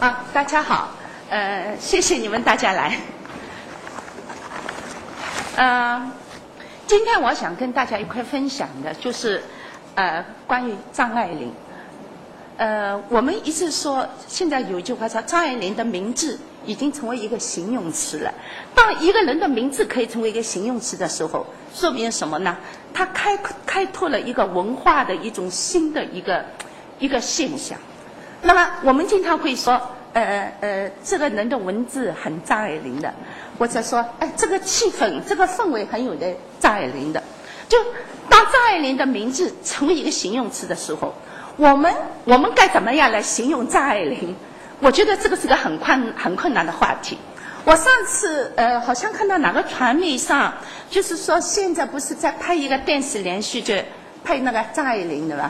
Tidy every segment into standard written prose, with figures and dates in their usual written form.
大家好，谢谢你们大家来。今天我想跟大家一块分享的就是，关于张爱玲。我们一直说，现在有一句话说，张爱玲的名字已经成为一个形容词了。当一个人的名字可以成为一个形容词的时候，说明什么呢？他开拓了一个文化的一种新的一个现象。那么我们经常会说，这个人的文字很张爱玲的，或者说，这个气氛、这个氛围很有的张爱玲的。就当张爱玲的名字成为一个形容词的时候，我们该怎么样来形容张爱玲？我觉得这个是个很困难的话题。我上次好像看到哪个传媒上，就是说现在不是在拍一个电视连续剧，拍那个张爱玲的吧？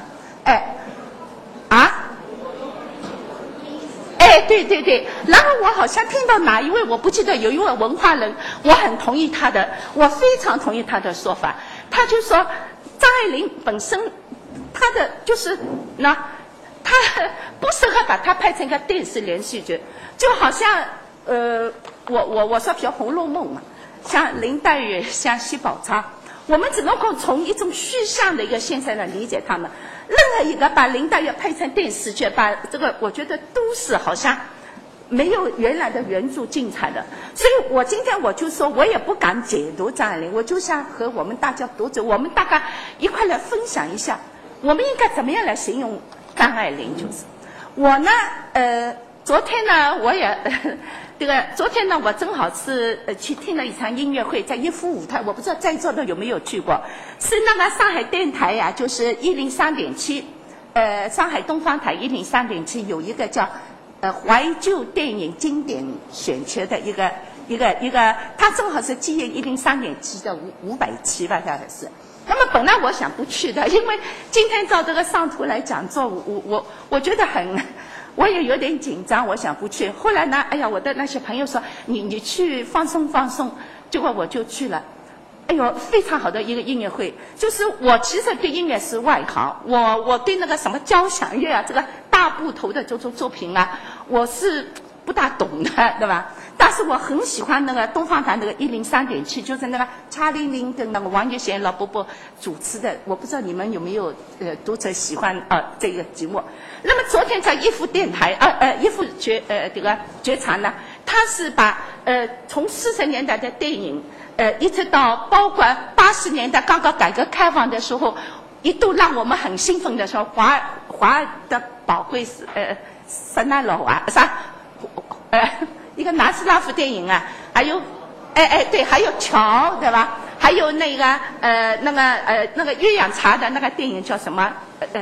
对，然后我好像听到哪一位，我不记得，有一位文化人，我很同意他的，我非常同意他的说法。他就说，张爱玲本身，他的就是他不适合把它拍成一个电视连续剧，就好像我说比如《红楼梦》嘛，像林黛玉，像薛宝钗，我们只能够从一种虚像的一个现象来理解他们。任何一个把林黛玉拍成电视剧，把这个我觉得都是好像没有原来的原著精彩的。所以我今天我就说，我也不敢解读张爱玲，我就想和我们大家读者，我们大概一块来分享一下，我们应该怎么样来形容张爱玲。就是我呢，昨天呢，我也昨天呢，我正好是去听了一场音乐会，在一夫舞台，我不知道在座的有没有去过，是那个上海电台呀，就是103.7，上海东方台103.7有一个叫怀旧电影经典选切的一个，它正好是基于103.7的500期吧，大概是。那么本来我想不去的，因为今天照这个上图来讲座，我觉得我也有点紧张，我想不去。后来呢，我的那些朋友说你去放松放松，结果我就去了。非常好的一个音乐会。就是我其实对音乐是外行，我对那个什么交响乐啊，这个大部头的这种作品啊，我是不大懂的，对吧？但是我很喜欢那个东方台那个103.7，就是那个查理林跟那个王岳贤老伯伯主持的。我不知道你们有没有读者喜欢这个节目。那么昨天在一夫电台一夫绝唱呢，他是把从40年代的电影一直到包括80年代刚刚改革开放的时候，一度让我们很兴奋的时候，华尔的宝贵圣诞老娃一个南斯拉夫电影啊，还有对，还有桥，对吧？还有那个岳阳茶的那个电影叫什么？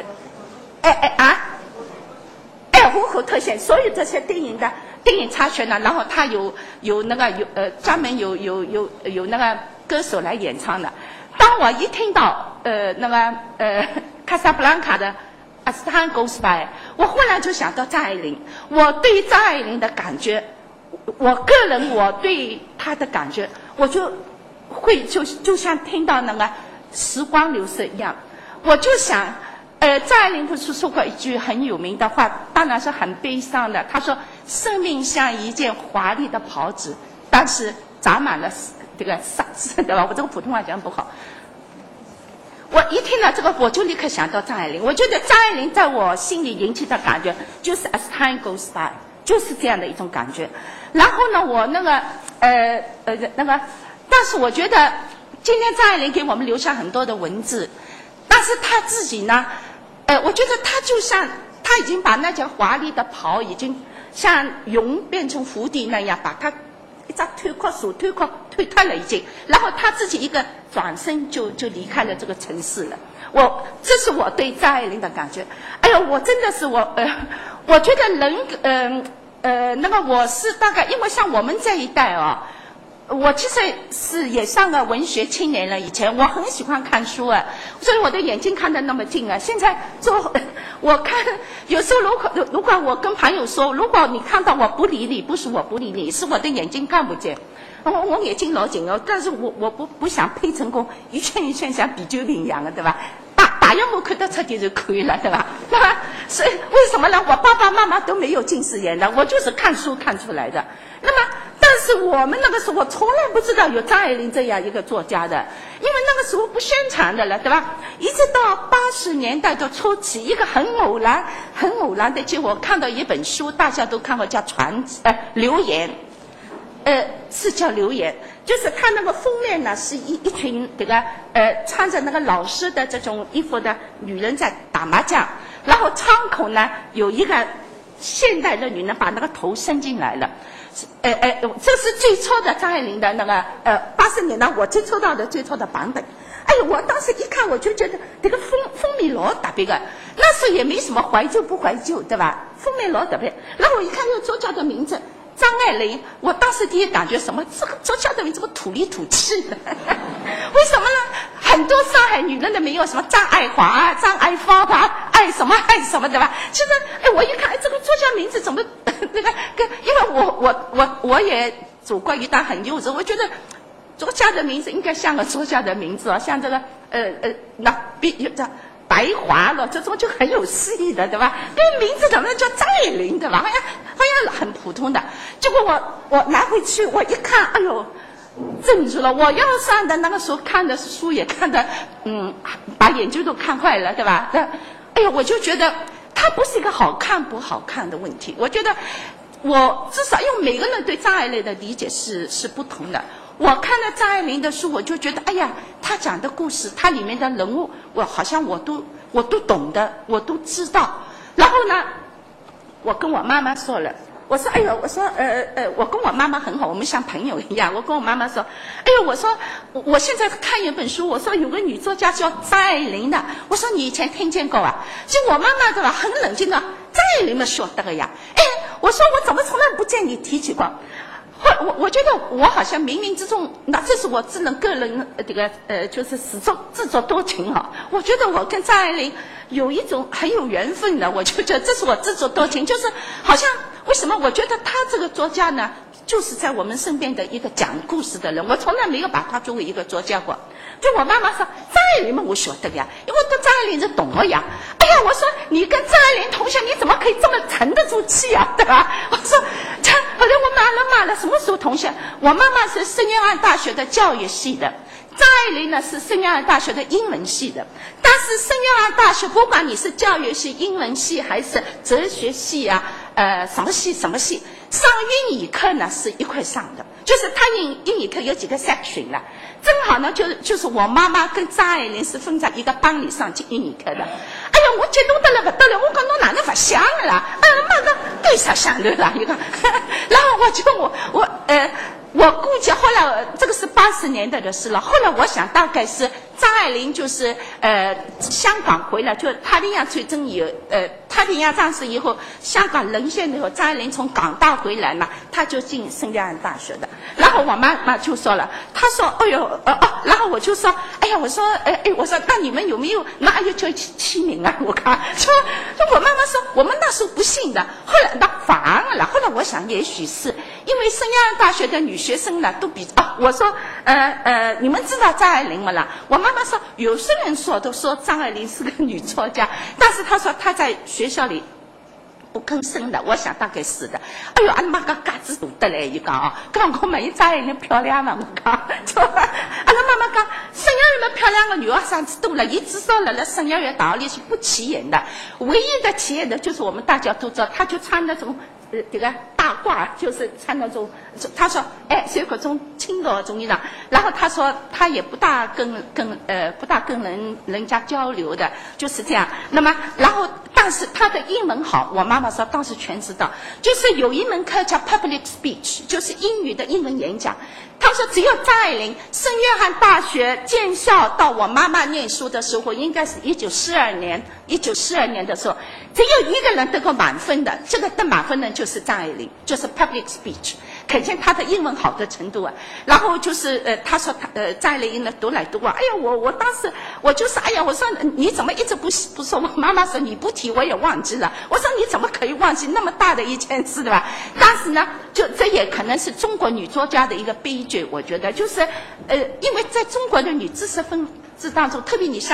虎口特选，所有这些电影的电影插曲呢，然后它有那个专门有那个歌手来演唱的。当我一听到那个卡萨布兰卡的《As Time Goes By》，我忽然就想到张爱玲。我对张爱玲的感觉，我个人我对她的感觉，我就会就像听到那个时光流逝一样，我就想。张爱玲不是说过一句很有名的话，当然是很悲伤的。她说：“生命像一件华丽的袍子，但是长满了这个沙子，对吧？”我这个普通话讲不好。我一听到这个，我就立刻想到张爱玲。我觉得张爱玲在我心里引起的感觉就是 "As time goes by"， 就是这样的一种感觉。然后呢，我但是我觉得今天张爱玲给我们留下很多的文字，但是她自己呢？我觉得他就像他已经把那件华丽的袍已经像蛹变成蝴蝶那样，把它一张推脱了已经，然后他自己一个转身就离开了这个城市了。这是我对张爱玲的感觉。我真的是我觉得人我是大概因为像我们这一代我其实也算个文学青年了。以前我很喜欢看书所以我的眼睛看得那么近现在我看有时候如果我跟朋友说，如果你看到我不理你，不是我不理你，是我的眼睛看不见。我眼睛老紧但是我不想配成功一圈一圈像啤酒瓶一样的，对吧？大约我看得出点就可以了，对吧？那么所以为什么呢？我爸爸妈妈都没有近视眼的，我就是看书看出来的。那么但是我们那个时候我从来不知道有张爱玲这样一个作家的，因为那个时候不宣传的了，对吧？一直到80年代的初期，一个很偶然的机会，我看到一本书，大家都看过，叫留言，是叫留言，就是它那个封面呢是一群这个穿着那个老师的这种衣服的女人在打麻将，然后窗口呢有一个现代的女人把那个头伸进来了。这是最初的张爱玲的那个80年代我接触到的最初的版本。哎呦，我当时一看我就觉得这个封面老特别的，那时候也没什么怀旧不怀旧，对吧？封面老特别，然后我一看这个作家的名字张爱玲，我当时第一感觉什么？这个作家的名字怎么土里土气的？为什么呢？很多上海女人的名有什么张爱华啊、张爱芳啊、爱什么爱什么，对吧？其实，我一看，这个作家名字怎么那个？因为我也走过一段很幼稚，我觉得作家的名字应该像个作家的名字啊，像这个这白华了，这种就很有诗意的，对吧？这个名字怎么叫张爱玲，对吧？好像很普通的。结果我拿回去，我一看，哎呦，镇住了！我要上的那个时候看的书也看的，把眼睛都看坏了，对吧？哎呀，我就觉得它不是一个好看不好看的问题。我觉得我至少因为每个人对张爱玲的理解是不同的。我看了张爱玲的书，我就觉得，哎呀，她讲的故事，她里面的人物，我好像我都懂的，我都知道。然后呢，我跟我妈妈说了。我说，哎呦，我说，我跟我妈妈很好，我们像朋友一样。我跟我妈妈说，哎呦，我说，我现在看一本书，我说有个女作家叫张爱玲的，我说你以前听见过啊？就我妈妈对吧，很冷静的，张爱玲嘛晓得个呀。哎，我说我怎么从来不见你提起过？我觉得我好像冥冥之中，那这是我个人这个就是自作多情啊。我觉得我跟张爱玲有一种很有缘分的，我就觉得这是我自作多情，就是好像为什么我觉得他这个作家呢，就是在我们身边的一个讲故事的人，我从来没有把他作为一个作家过。就我妈妈说张爱玲嘛，我晓得呀，因为对张爱玲是懂我呀。哎呀，我说你跟张爱玲同学，你怎么可以这么沉得住气啊，对吧？我说后来我骂了，什么时候同学？我妈妈是圣约翰大学的教育系的，张爱玲呢是圣约翰大学的英文系的。但是圣约翰大学不管你是教育系、英文系还是哲学系啊，什么系，上英语课呢是一块上的，就是他英语课有几个 section 了，正好呢就是我妈妈跟张爱玲是分在一个班里上英语课的。哎呀，我激动得了不得了，我讲侬哪能不想了？妈的，对啥想的啦？一个，然后我估计后来这个是80年代的事了。后来我想大概是张爱玲就是香港回来，就太平洋战争以后，太平洋战争以后，香港沦陷以后，张爱玲从港大回来嘛，她就进圣约翰大学的。然后我妈妈就说了，她说，哎呦，然后我就说，哎呀，我说那你们有没有哪有叫起名啊？我看说我妈妈说我们那时候不信的，后来那反而了。后来我想也许是因为圣约翰大学的女学生呢都比我说你们知道张爱玲吗啦？我妈妈说有些人都说张爱玲是个女作家，但是她说她在学校里不吭声的，我想大概是的。哎呦，俺妈个嘎子大得来一讲啊，刚我问张爱玲漂亮嘛，我讲，俺妈妈讲圣约翰漂亮的女学生子多了，伊至少在圣约翰大学里是不起眼的，唯一的起眼的就是我们大家都知道，她就穿那种这个大褂，就是穿那种，他说哎是各种青岛中医的，然后他说他也不大跟人家交流的，就是这样。那么然后但是他的英文好，我妈妈说当时全知道，就是有一门课叫 public speech， 就是英语的英文演讲。他说只有张爱玲圣约翰大学建校到我妈妈念书的时候，应该是1942年的时候，只有一个人得过满分的，这个得满分的就是张爱玲，就是 public speech， 可见她的英文好的程度啊。然后就是他说张爱玲呢读来读啊，哎呀我当时我就是哎呀，我说你怎么一直不说？我妈妈说你不提我也忘记了。我说你怎么可以忘记那么大的一件事，对吧？但是呢，就这也可能是中国女作家的一个悲剧，我觉得就是因为在中国的女知识分子当中，特别你像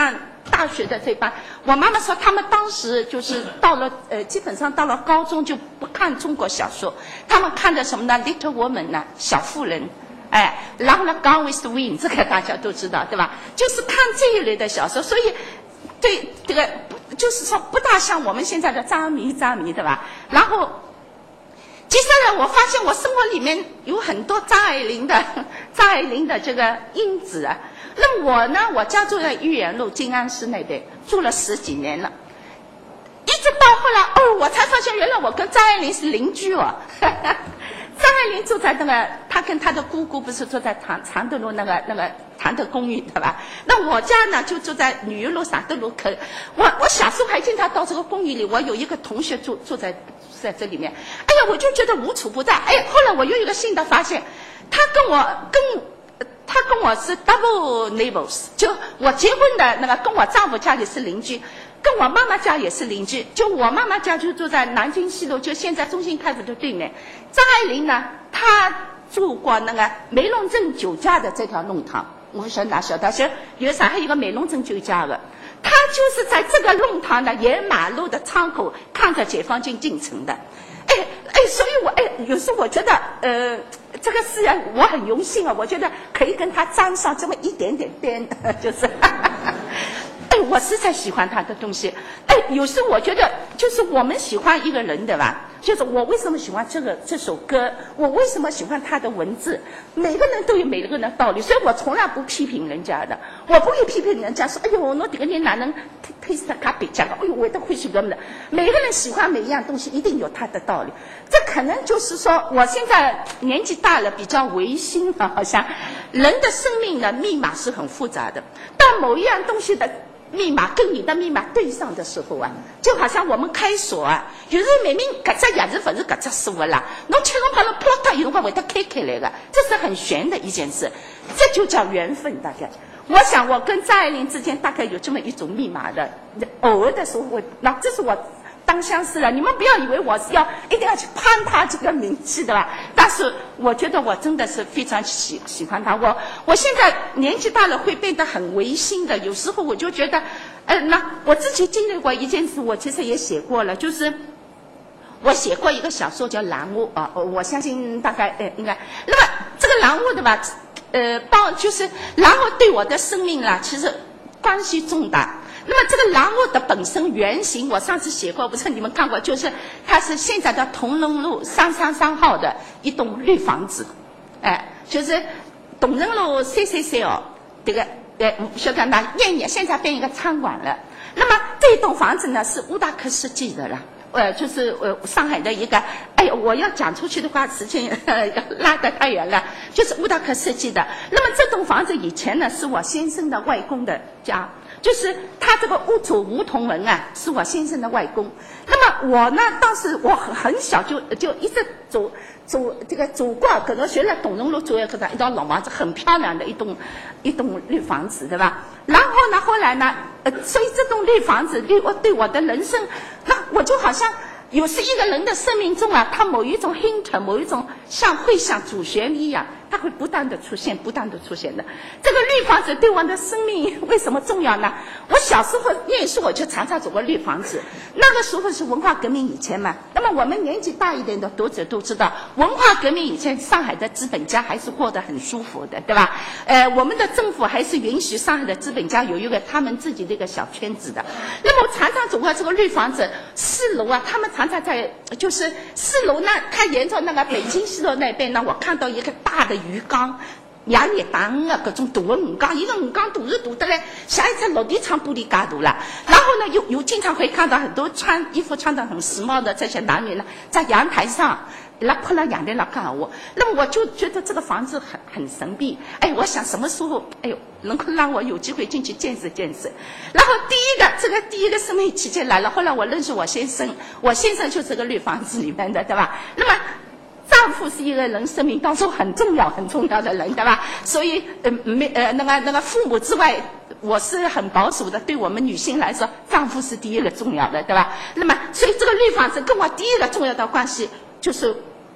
大学的这帮，我妈妈说他们当时就是到了基本上到了高中就不看中国小说，他们看的什么呢 ？Little Woman 呢，小妇人，然后呢 Gone with the Wind 这个大家都知道对吧？就是看这一类的小说，所以对这个就是说不大像我们现在的渣迷对吧？然后接下来我发现我生活里面有很多张爱玲的这个因子啊。那我呢，我家住在豫园路静安寺那边，住了10几年了，一直到后来我才发现原来我跟张爱玲是邻居哦。张爱玲住在那个，她跟她的姑姑不是住在常德路那个常德公寓对吧？那我家呢就住在女园路常德路口。我小时候还经常到这个公寓里，我有一个同学住在这里面，哎呀，我就觉得无处不在。后来我又有一个新的发现，他跟我是 double neighbors， 就我结婚的那个跟我丈夫家里是邻居，跟我妈妈家也是邻居。就我妈妈家就住在南京西路，就现在中心开发的对面。张爱玲呢，她住过那个梅龙镇酒家的这条弄堂，我晓得有上海有个梅龙镇酒家的，她就是在这个弄堂的沿马路的窗口看着解放军进城的。所以我有时候我觉得这个事啊，我很荣幸啊，我觉得可以跟他沾上这么一点点边，就是我实在喜欢他的东西。有时我觉得就是我们喜欢一个人对吧？就是我为什么喜欢这首歌，我为什么喜欢他的文字，每个人都有每个人的道理，所以我从来不批评人家的。我不会批评人家说哎呦我这个人哪能推死他别讲了，哎呦我都会喜欢的。每个人喜欢每一样东西一定有他的道理。这可能就是说我现在年纪大了比较违心了，好像人的生命的密码是很复杂的，但某一样东西的密码跟你的密码对上的时候啊，就好像我们开锁啊，有时明明搿只钥匙勿是搿只锁啦，侬切个跑了扑它有辰光会得开来的，这是很玄的一件事，这就叫缘分。大概我想我跟张爱玲之间大概有这么一种密码的，偶尔的时候那这是我当相识了，你们不要以为我是一定要去攀他这个名气的吧？但是我觉得我真的是非常喜欢他。我现在年纪大了会变得很违心的，有时候我就觉得，那我之前经历过一件事，我其实也写过了，就是我写过一个小说叫《蓝屋》啊，我相信大概应该。那么这个蓝屋的吧，就是蓝屋对我的生命啦，其实关系重大。那么这个蓝屋的本身原型，我上次写过，不是你们看过，就是它是现在的同仁路333号的一栋绿房子，就是同仁路333哦，这个晓得那现在变一个餐馆了。那么这栋房子呢是乌达克设计的了。就是上海的一个，我要讲出去的话，事情拉得太远了。就是乌达克设计的。那么这栋房子以前呢是我先生的外公的家，就是他这个屋主吴同文啊，是我先生的外公。那么我呢，当时我很小就一直走过，可能学了董荣路左右一栋老房子，很漂亮的一栋绿房子，对吧？然后呢，后来呢，所以这栋绿房子对我的人生，那我就好像有时一个人的生命中啊，他某一种 hint， 某一种会像主旋律一样，它会不断的出现的。这个绿房子对我的生命为什么重要呢？我小时候念书，我就常常走过绿房子。那个时候是文化革命以前嘛。那么我们年纪大一点的读者都知道，文化革命以前，上海的资本家还是过得很舒服的，对吧？我们的政府还是允许上海的资本家有一个他们自己的一个小圈子的。那么我常常走过这个绿房子4楼啊，他们常常在就是4楼呢，它沿着那个北京西路那边呢，我看到一个大的鱼缸。2米大的各种大的鱼缸，一个鱼缸大是大得来像一只落地窗玻璃介大了。然后呢，又经常会看到很多衣服穿得很时髦的这些男女呢，在阳台上泼了阳台上讲话。那么我就觉得这个房子很神秘。我想什么时候能够让我有机会进去见识。然后第一个生命奇迹来了。后来我认识我先生就是这个绿房子里面的，对吧？那么丈夫是一个人生命当中很重要的人，对吧？所以那个父母之外，我是很保守的。对我们女性来说，丈夫是第一个重要的，对吧？那么所以这个绿房子跟我第一个重要的关系就是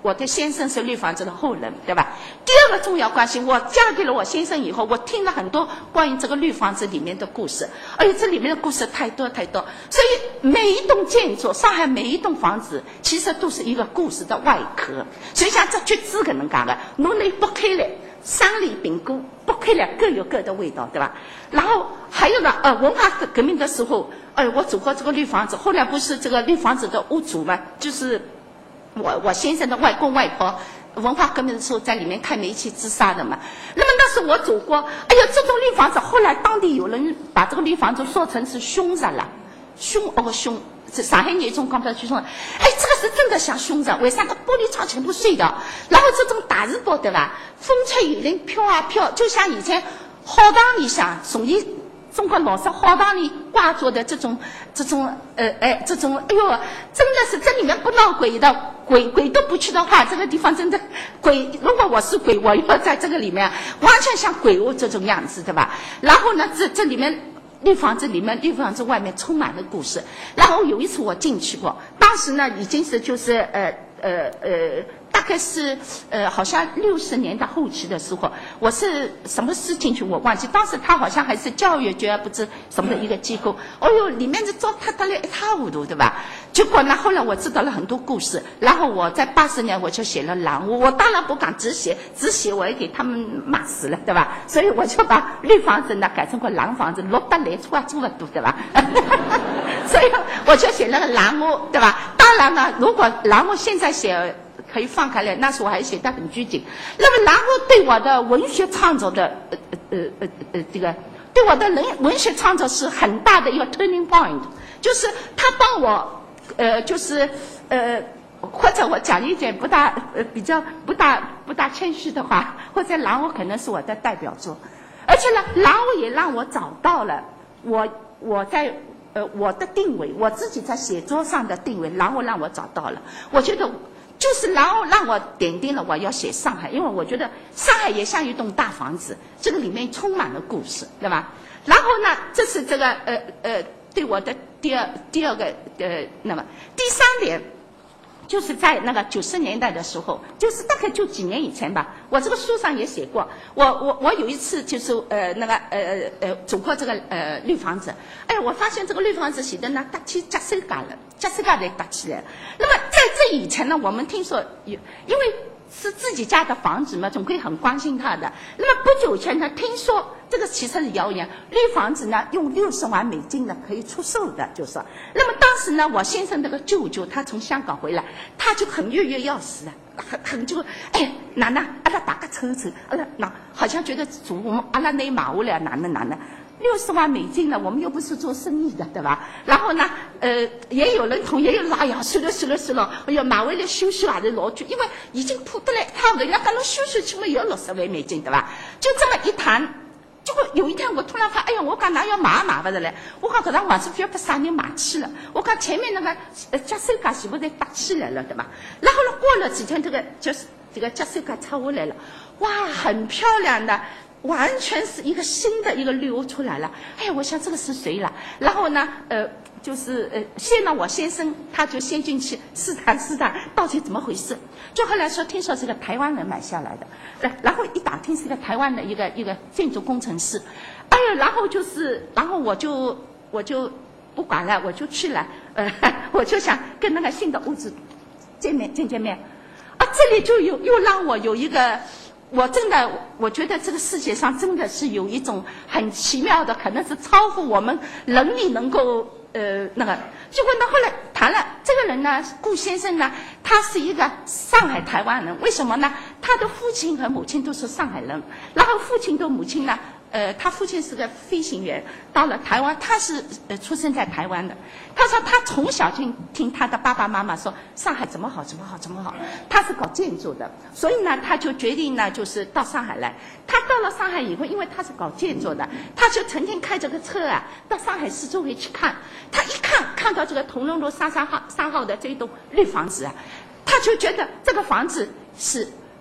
我的先生是绿房子的后人，对吧？第二个重要关系，我嫁给了我先生以后，我听了很多关于这个绿房子里面的故事，而且这里面的故事太多太多，所以每一栋建筑，上海每一栋房子其实都是一个故事的外壳。所以像这句字可能讲的，侬那剥开来，三里饼菇剥开来各有各的味道，对吧？然后还有呢，文化革命的时候，我走过这个绿房子，后来不是这个绿房子的屋主嘛，就是我先生的外公外婆，文化革命的时候在里面开煤气自杀的嘛。那么那时我走过，哎呀，这栋绿房子后来当地有人把这个绿房子说成是凶宅了，凶，这上海人中讲不去凶，哎，这个是真的像凶宅，为啥？它玻璃窗全部碎掉，然后这种大字报对吧？风吹雨淋飘啊飘，就像以前学堂里向从中国老师学堂里挂着的这种，哎呦，真的是这里面不闹鬼的，鬼都不去的话，这个地方真的鬼。如果我是鬼，我要在这个里面，完全像鬼屋这种样子，对吧？然后呢，这里面绿房子里面，绿房子外面充满了故事。然后有一次我进去过，当时呢已经是就是大概是好像60年代后期的时候，我是什么事进去我忘记，当时他好像还是教育局不知什么的一个机构，哦哟，里面是糟蹋得来一塌糊涂，对吧？结果呢，后来我知道了很多故事，然后我在80年我就写了《狼屋》，我当然不敢只写我也给他们骂死了，对吧？所以我就把绿房子呢改成过狼房子，落得来错啊，做不多，对吧？所以我就写了个《狼屋》，对吧？当然呢，如果《狼屋》现在写可以放开来，那时候还写得很拘谨。那么，然后对我的文学创作的这个，对我的文学创作是很大的一个 turning point， 就是他帮我或者我讲一点比较不大谦虚的话，或者《狼屋》可能是我的代表作，而且呢，《狼屋》也让我找到了我在我的定位，我自己在写作上的定位，《狼屋》让我找到了，我觉得。就是然后让我点定了我要写上海，因为我觉得上海也像一栋大房子，这个里面充满了故事，对吧？然后呢，这是这个对我的第二个那么第三点，就是在那个90年代的时候，就是大概就几年以前吧，我这个书上也写过，我有一次就是走过这个绿房子，哎，我发现这个绿房子写的呢搭起夹手架了，夹手架来搭起来了。那么在这以前呢，我们听说因为是自己家的房子嘛，总会很关心它的。那么不久前呢，听说这个其实是谣言，绿房子呢用60万美金呢可以出售的，就是。那么当时呢，我先生那个舅舅他从香港回来，他就很跃跃要死的，很就哎，奶奶，阿拉大家抽，阿拉那好像觉得我们阿拉那马屋了，哪能。60万美金呢，我们又不是做生意的，对吧？然后呢，也有人同意，也有人哎呀，算了，哎呀，买回来修还是老贵，因为已经破得来差不多，人家讲侬修起码也要60万美金，对吧？就这么一谈，结果有一天我突然发，哎呀，我讲哪要买不得来，我讲搿张房子不要被啥人买去了，我讲前面那个夹手架是不是搭起来了，对吧？然后呢，过了几天，这个夹手架拆下来了，哇，很漂亮的。完全是一个新的一个绿屋出来了，哎呀，我想这个是谁了？然后呢，先呢，我先生他就先进去试探到底怎么回事，就后来听说是个台湾人买下来的，然后一打听是个台湾的一个建筑工程师，哎呀，然后我就不管了，我就去了，我就想跟那个新的屋子见面，啊，这里就又让我有一个。我觉得这个世界上真的是有一种很奇妙的，可能是超乎我们能力能够那个。结果呢，后来谈了这个人呢，顾先生呢，他是一个上海台湾人，为什么呢？他的父亲和母亲都是上海人，然后父亲和母亲呢，他父亲是个飞行员，到了台湾，他是出生在台湾的。他说他从小听他的爸爸妈妈说上海怎么好，他是搞建筑的，所以呢，他就决定呢，就是到上海来。他到了上海以后，因为他是搞建筑的，他就曾经开着个车啊，到上海市周围去看。他一看到这个同仁路3号的这一栋绿房子啊，他就觉得这个房子是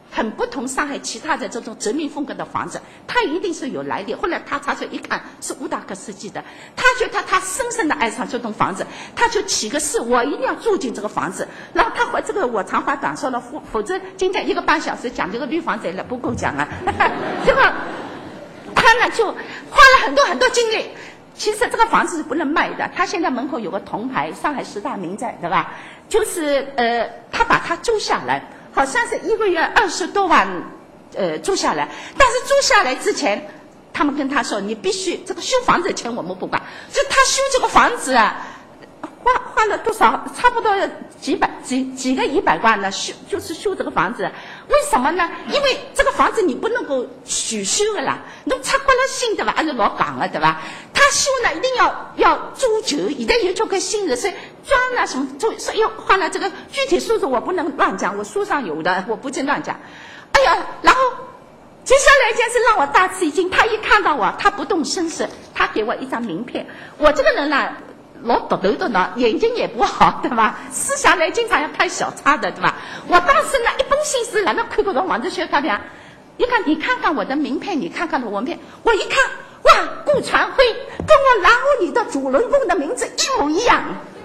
很不同上海其他的这种殖民风格的房子，它一定是有来历。后来他查出来一看是吴大哥设计的，他觉得他深深的爱上这栋房子，他就起个誓，我一定要住进这个房子。然后他和这个我长话短说了，否则今天1个半小时讲这个绿房子也不够讲啊。这个他呢就花了很多很多精力。其实这个房子是不能卖的，他现在门口有个铜牌，上海10大名宅，对吧？就是他把它租下来，好像是1个月20多万，租下来。但是租下来之前，他们跟他说，你必须这个修房子的钱我们不管，就他修这个房子啊，花了多少？差不多几个100万呢？就是修这个房子。为什么呢？因为这个房子你不能够许修的啦，侬拆过了新对吧？按照老讲了对吧？他修呢一定要租旧，现在有这个新的，所以砖啊什么所以花了这个具体数字我不能乱讲，我书上有的，我不能乱讲。哎呀，然后接下来一件事让我大吃一惊，他一看到我，他不动声色，他给我一张名片。我这个人呢，老抖抖的呢，眼睛也不好，对吧？思想呢经常要拍小差的，对吧？我当时呢一本心思来到看过的王志学他俩，一看你看看我的名片，你看看我名片，我一看，哇，顾传辉跟我蓝屋里的主人公的名字一模一样。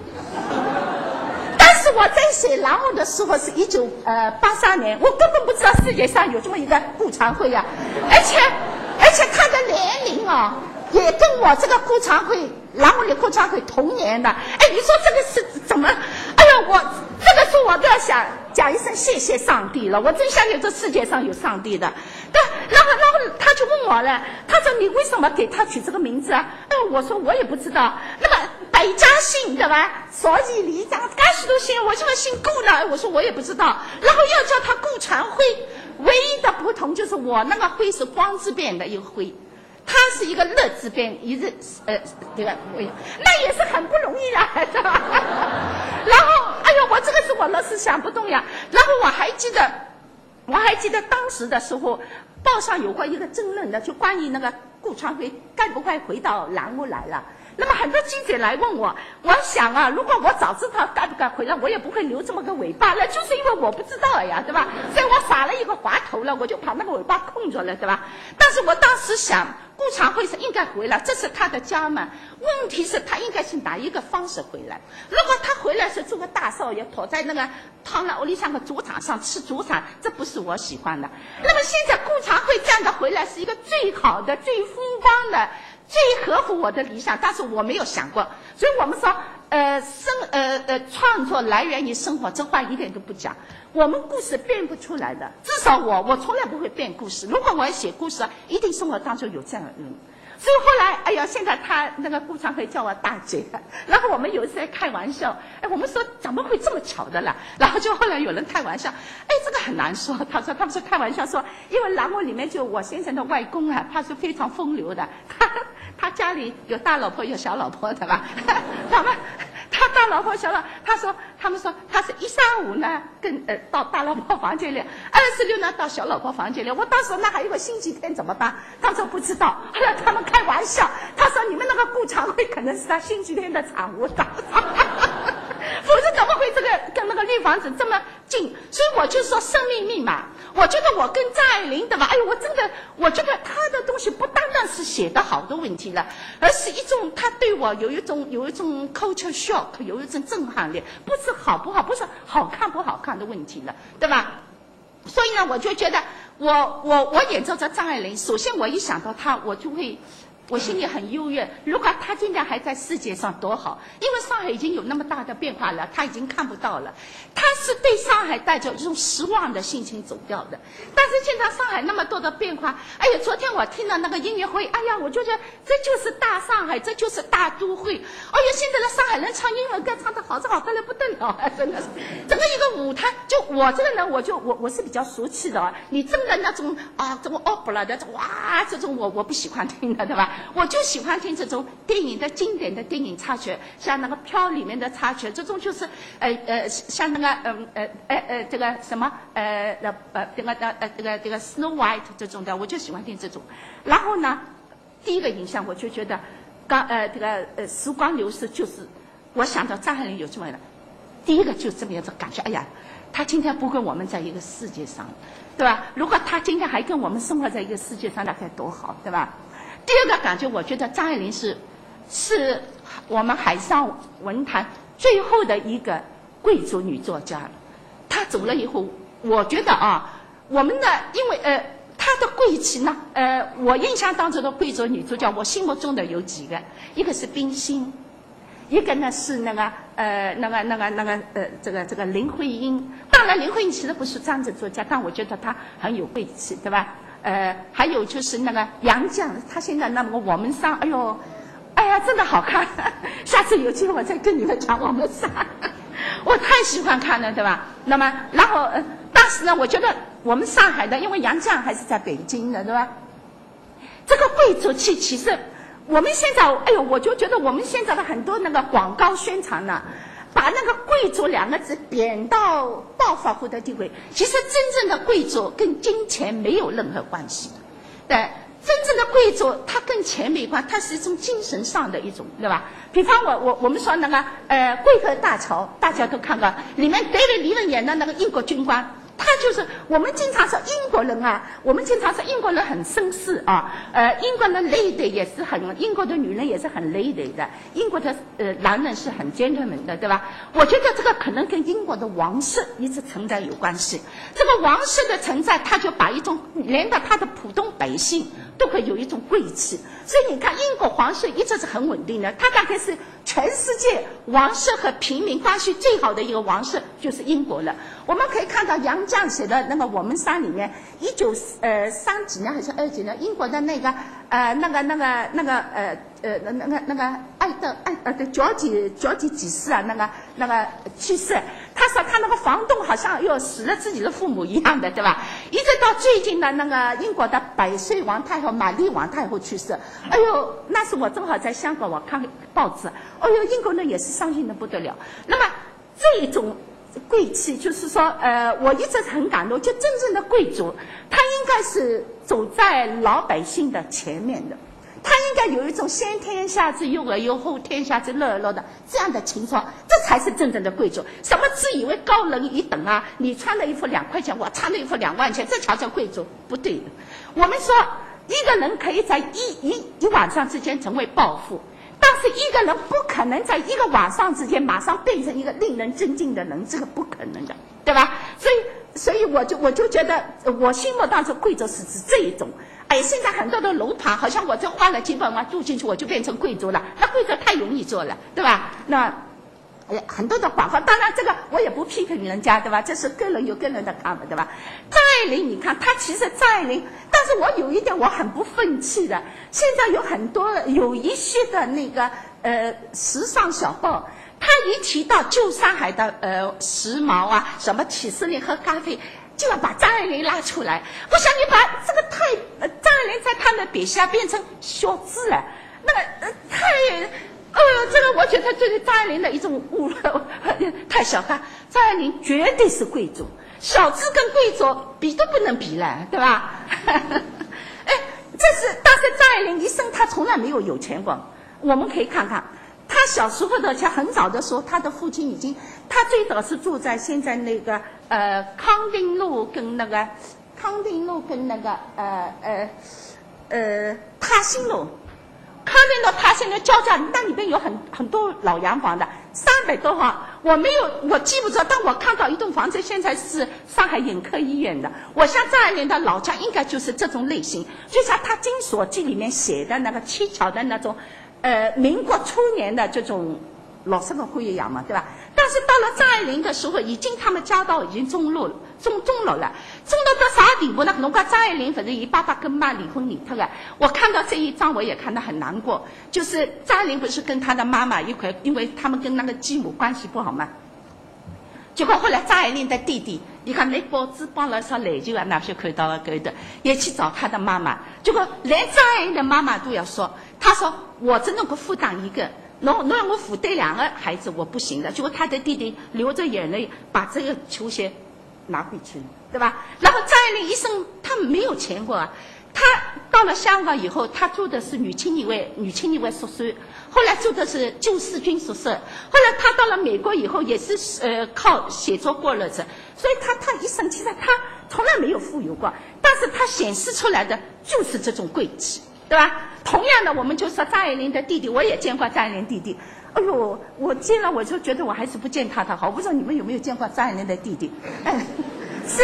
但是我在写蓝屋的时候是1983年，我根本不知道世界上有这么一个顾传辉呀，而且他的年龄啊，也跟我这个顾传辉蓝屋里顾传辉同年的。哎，你说这个是怎么？哎呀，我这个时候我都要想讲一声谢谢上帝了，我真相信这世界上有上帝的。然后他就问我了，他说你为什么给他取这个名字啊？我说我也不知道。那么百家姓对吧？所以李长该许多姓，我什么姓顾呢？我说我也不知道。然后要叫他顾传辉，唯一的不同就是我那个辉是光字边的一个辉，他是一个乐字边一日这个辉，那也是很不容易啦，对吧？然后哎呀，我这个是我那是想不动呀。然后我还记得当时的时候，报上有过一个争论的，就关于那个顾传辉该不该回到蓝屋来了。那么很多记者来问我，我想啊，如果我早知道该不该回来，我也不会留这么个尾巴了，就是因为我不知道呀，对吧？所以我撒了一个滑头了，我就把那个尾巴空着了，对吧？但是我当时想，顾传辉是应该回来，这是他的家嘛。问题是他应该是哪一个方式回来？如果他回来是做个大少爷，躲在那个汤了屋里像个主场上吃主场，这不是我喜欢的。那么现在顾传辉这样的回来是一个最好的、最风光的、最合乎我的理想，但是我没有想过。所以我们说创作来源于生活，这话一点都不讲。我们故事编不出来的，至少我从来不会编故事。如果我要写故事，一定生活当中有这样的人。所以后来，哎呀，现在他那个顾传辉叫我大姐，然后我们有一次在开玩笑，哎，我们说怎么会这么巧的啦？然后就后来有人开玩笑，哎，这个很难说。他们说开玩笑说，因为栏目里面就我先生的外公啊，他是非常风流的，他家里有大老婆有小老婆的吧？他大老婆小老，他们说他是135呢，跟到大老婆房间里，26呢到小老婆房间里。我当时那还有个星期天怎么办？他说不知道。后来他们开玩笑，他说你们那个顾传辉可能是他星期天的产物的，否则怎么会这个跟那个绿房子这么近？所以我就说生命密码。我觉得我跟张爱玲对吧？哎呦，我觉得她的东西不单单是写的好的问题了，而是一种她对我有一种 culture shock， 有一种震撼力，不是好不好，不是好看不好看的问题了，对吧？所以呢，我就觉得我演奏着张爱玲，首先我一想到她，我心里很优越。如果他今天还在世界上多好，因为上海已经有那么大的变化了，他已经看不到了。他是对上海带着一种失望的心情走掉的。但是现在上海那么多的变化，哎呀，昨天我听了那个音乐会，哎呀，我就觉得这就是大上海，这就是大都会。哎呀，现在的上海人唱英文歌唱得好，这好得来不得了，真的是。整个一个舞台，就我这个人，我是比较俗气的啊。你真的那种啊，这种 opera 的哇，这种我不喜欢听的，对吧？我就喜欢听这种电影的经典的电影插曲，像那个《飘》里面的插曲，这种就是像那个这个什么这个 Snow White 这种的，我就喜欢听这种。然后呢，第一个印象我就觉得时光流逝，就是我想到张爱玲有这么的第一个就这么样子感觉，哎呀，他今天不跟我们在一个世界上，对吧？如果他今天还跟我们生活在一个世界上，那该多好，对吧？第二个感觉，我觉得张爱玲是我们海上文坛最后的一个贵族女作家。她走了以后，我觉得啊，我们的因为她的贵气呢，我印象当中的贵族女作家，我心目中的有几个，一个是冰心，一个呢是这个林徽因。当然林徽因其实不是专职作家，但我觉得她很有贵气，对吧？还有就是那个杨绛，她现在那么我们仨，哎呀，真的好看！下次有机会我再跟你们讲我们仨，我太喜欢看了，对吧？那么，然后当时呢，我觉得我们上海的，因为杨绛还是在北京的，对吧？这个贵族气，其实我们现在，我就觉得我们现在的很多那个广告宣传呢，把那个贵族两个字贬到暴发户的地位。其实真正的贵族跟金钱没有任何关系，对。真正的贵族，他跟钱没关，他是一种精神上的一种，对吧？比方我们说那个贵河大桥，大家都看过，里面David李文演的那个英国军官，他就是我们经常说英国人啊，我们经常说英国人很绅士啊，英国的 lady 也是很，英国的女人也是很 lady 的，英国的男人是很 gentleman 的，对吧？我觉得这个可能跟英国的王室一直存在有关系。这个王室的存在，他就把一种连到他的普通百姓都会有一种贵气，所以你看英国皇室一直是很稳定的，它大概是全世界王室和平民关系最好的一个王室就是英国了。我们可以看到杨绛写的那个《我们仨》里面，1930几年还是20几年，英国的那个乔吉几世啊，那个去世，他说他那个房东好像又死了自己的父母一样的，对吧？一直到最近的那个英国的100岁王太后玛丽王太后去世，那是我正好在香港，我看报纸，英国人也是伤心的不得了。那么这一种贵气，就是说，我一直很感动，就真正的贵族，他应该是走在老百姓的前面的。他应该有一种先天下之忧而忧，后天下之乐而乐的这样的情操，这才是真正的贵族。什么自以为高人一等啊？你穿的衣服2块钱，我穿的衣服2万钱，这才叫贵族？不对的。我们说一个人可以在一晚上之间成为暴富，但是一个人不可能在一个晚上之间马上变成一个令人尊敬的人，这个不可能的，对吧？所以我就觉得，我心目当中贵族是指这一种。现在很多的楼盘，好像我这花了几百万住进去，我就变成贵族了。那贵族太容易做了，对吧？那很多的广告，当然这个我也不批评人家，对吧？这是个人有个人的看法，对吧？张爱玲，你看她其实张爱玲，但是我有一点我很不愤气的，现在有一些的那个时尚小报，他一提到旧上海的时髦啊，什么起司令喝咖啡，就要把张爱玲拉出来。我想你把这个张爱玲在他们笔下变成小资了，那个这个我觉得这是张爱玲的一种侮辱，太小看。张爱玲绝对是贵族，小资跟贵族比都不能比了，对吧？但是张爱玲一生她从来没有钱过。我们可以看看她小时候的，很早的时候，她的父亲她最早是住在现在那个康定路跟那个塔兴路。康定路塔兴路交界，那里边有很多老洋房的，300多房，我记不着，但我看到一栋房子现在是上海眼科医院的。我想张爱玲的老家应该就是这种类型，就像她《金锁记》里面写的那个七巧的那种民国初年的这种老式的会一样嘛，对吧？但是到了张爱玲的时候，他们家道已经中落了，中落到啥地步呢？侬讲张爱玲反正伊爸爸跟妈离婚离脱了。我看到这一章我也看得很难过，就是张爱玲不是跟她的妈妈一块，因为他们跟那个继母关系不好嘛。结果后来张爱玲的弟弟，你看那报纸帮了上篮球啊，那些看到了狗的，也去找他的妈妈。结果连张爱玲的妈妈都要说，她说我只能够负担一个。侬让我负担2个孩子，我不行的。结果他的弟弟流着眼泪把这个球鞋拿回去了，对吧？然后张爱玲一生她没有钱过啊，她到了香港以后，他住的是女青年会宿舍，后来住的是旧四军宿舍。后来他到了美国以后，也是靠写作过日子，所以他一生其实他从来没有富有过，但是他显示出来的就是这种贵气，对吧？同样的，我们就说张爱玲的弟弟，我也见过张爱玲弟弟。哎呦，我见了我就觉得我还是不见他的好。我不知道你们有没有见过张爱玲的弟弟？是。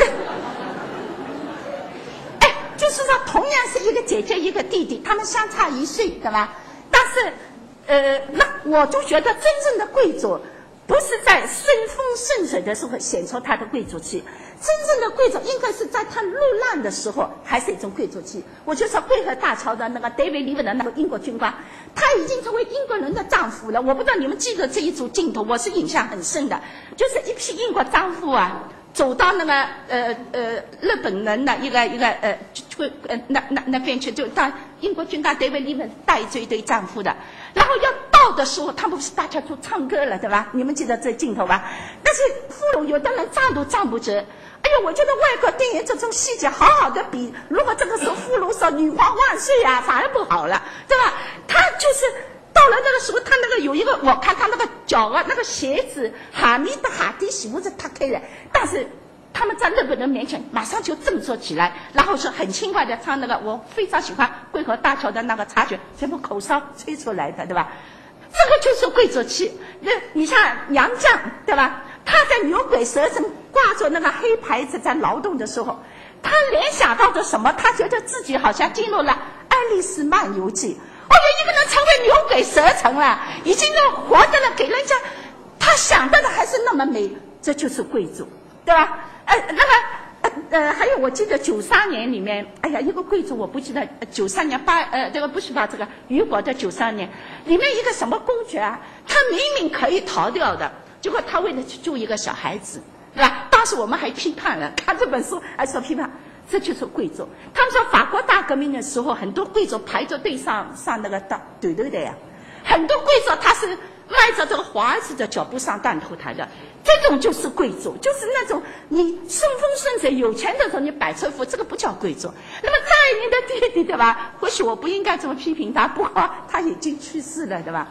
就是说，同样是一个姐姐一个弟弟，他们相差1岁，对吧？但是，那我就觉得真正的贵族不是在顺风顺水的时候显出他的贵族气，真正的贵族应该是在他落难的时候还是一种贵族气。我就说贵和大桥的那个 David Lever 的那个英国军官，他已经成为英国人的丈夫了。我不知道你们记得这一组镜头，我是印象很深的，就是一批英国丈夫啊。走到那个日本人的一个那边去，就到英国军官 David Lever 带着一堆丈夫的，然后要到的时候，他们不是大家都唱歌了，对吧？你们记得这镜头吧？但是俘虏有的人站都站不直。哎呀，我觉得外国电影这种细节好好的比，如果这个时候俘虏说女皇万岁啊，反而不好了，对吧？他就是到了那个时候，他那个有一个，我看他那个脚啊，那个鞋子哈密的哈迪鞋子他开的，但是他们在日本人面前马上就振作起来，然后是很轻快的唱那个我非常喜欢贵河大桥的那个插曲，全部口哨吹出来的，对吧？这个就是贵族气。那你像杨绛，对吧？他在牛鬼蛇神挂着那个黑牌子在劳动的时候，他联想到的什么？他觉得自己好像进入了《爱丽丝漫游记》。哦，有一个人成为牛鬼蛇神了，已经都活着了，给人家他想到的还是那么美，这就是贵族，对吧？还有我记得93年里面，哎呀，一个贵族我不记得93年这个不是把这个雨果的93年里面一个什么公爵啊，他明明可以逃掉的，结果他为了去救一个小孩子，对吧？当时我们还批判了，看这本书还说批判。这就是贵族。他们说法国大革命的时候，很多贵族排着队上那个队的呀，很多贵族他是迈着这个华子的脚步上断头台的。这种就是贵族，就是那种你顺风顺水有钱的时候你摆车夫，这个不叫贵族。那么张爱玲的弟弟，对吧？或许我不应该这么批评他，不过他已经去世了，对吧？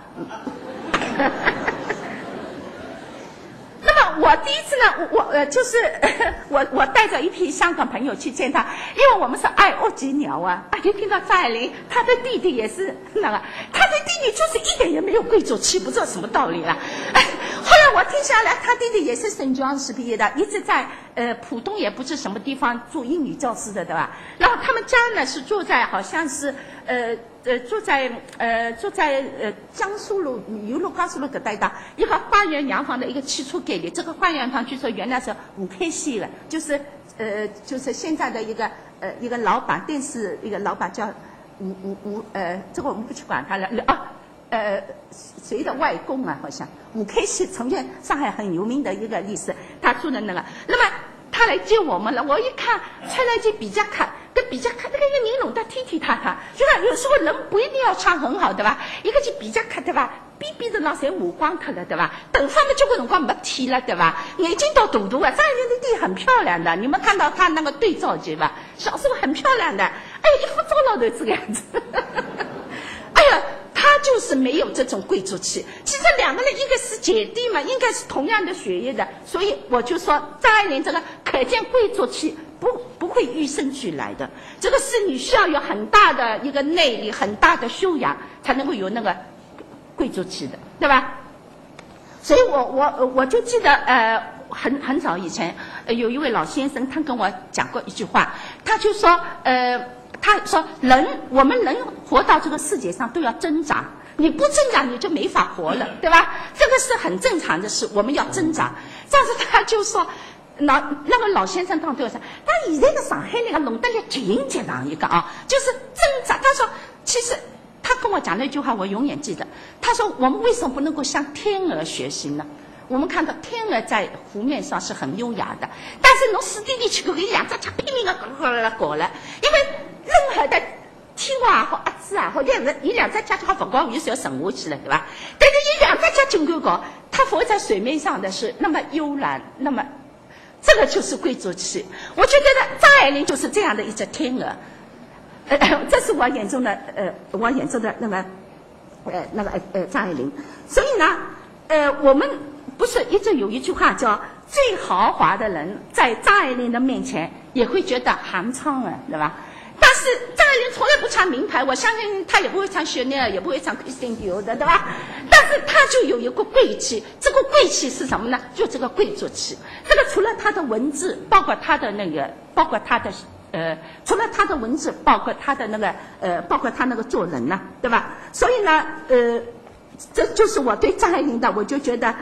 那么我第一次呢，我带着一批香港朋友去见他，因为我们是爱屋及鸟啊，就听到张爱玲，他的弟弟也是那个，他的弟弟就是一点也没有贵族气，不知道什么道理了。后来我听下来，他弟弟也是圣乔治毕业的，一直在浦东也不是什么地方做英语教师的，对吧？然后他们家呢是住在好像是住在江苏路油路高速路的带档一个花园洋房的一个7处给里，这个花园洋房据说原来是五 K 系的，就是现在的一个老板，电视一个老板叫这个我们不去管他了谁的外公啊？好像5 K 系曾经上海很有名的一个历史，他住的那个，那么他来接我们了。我一看穿了一件比较卡，跟比较卡那个一个尼龙的踢踢踏踏，就是有时候人不一定要穿很好，对吧？一个就比较卡，对吧？逼着那侪磨光脱了，对吧？头发嘛交关辰光没剃了，对吧？眼睛都大大啊，张爱玲的弟很漂亮的，你们看到她那个对照集吧？小时候很漂亮的，哎，一副糟老头这个样子，哎呀。他就是没有这种贵族气。其实两个人一个是姐弟嘛，应该是同样的血液的，所以我就说张爱玲这个可见贵族气不会与生俱来的，这个是你需要有很大的一个内力，很大的修养，才能够有那个贵族气的，对吧？所以我就记得很早以前有一位老先生，他跟我讲过一句话，他就说他说我们人活到这个世界上都要挣扎，你不挣扎你就没法活了，对吧？这个是很正常的事，我们要挣扎。但是他就说那个老先生当对我说，他现在的上海那个弄得了紧急上一个啊，就是挣扎。他说其实他跟我讲那句话我永远记得，他说我们为什么不能够向天鹅学习呢？我们看到天鹅在湖面上是很优雅的，但是侬水底里去给两只脚拼命的搞了，因为任何的青蛙也好，鸭子也好，伊两只脚就好不搞，伊是要沉下去了，对吧？但是伊两只脚尽管搞，它浮在水面上的是那么悠然，那么这个就是贵族气。我觉得张爱玲就是这样的一只天鹅。 这是我眼中的张爱玲。所以呢，我们不是一直有一句话叫最豪华的人在张爱玲的面前也会觉得寒窗啊，对吧？但是张爱玲从来不穿名牌，我相信她也不会穿香奈儿，也不会穿 Christian Dior 的，对吧？但是她就有一个贵气，这个贵气是什么呢？就这个贵族气。这个除了她的文字，包括她的除了她的文字，包括她的包括她那个做人呐，对吧？所以呢，这就是我对张爱玲的，我就觉得，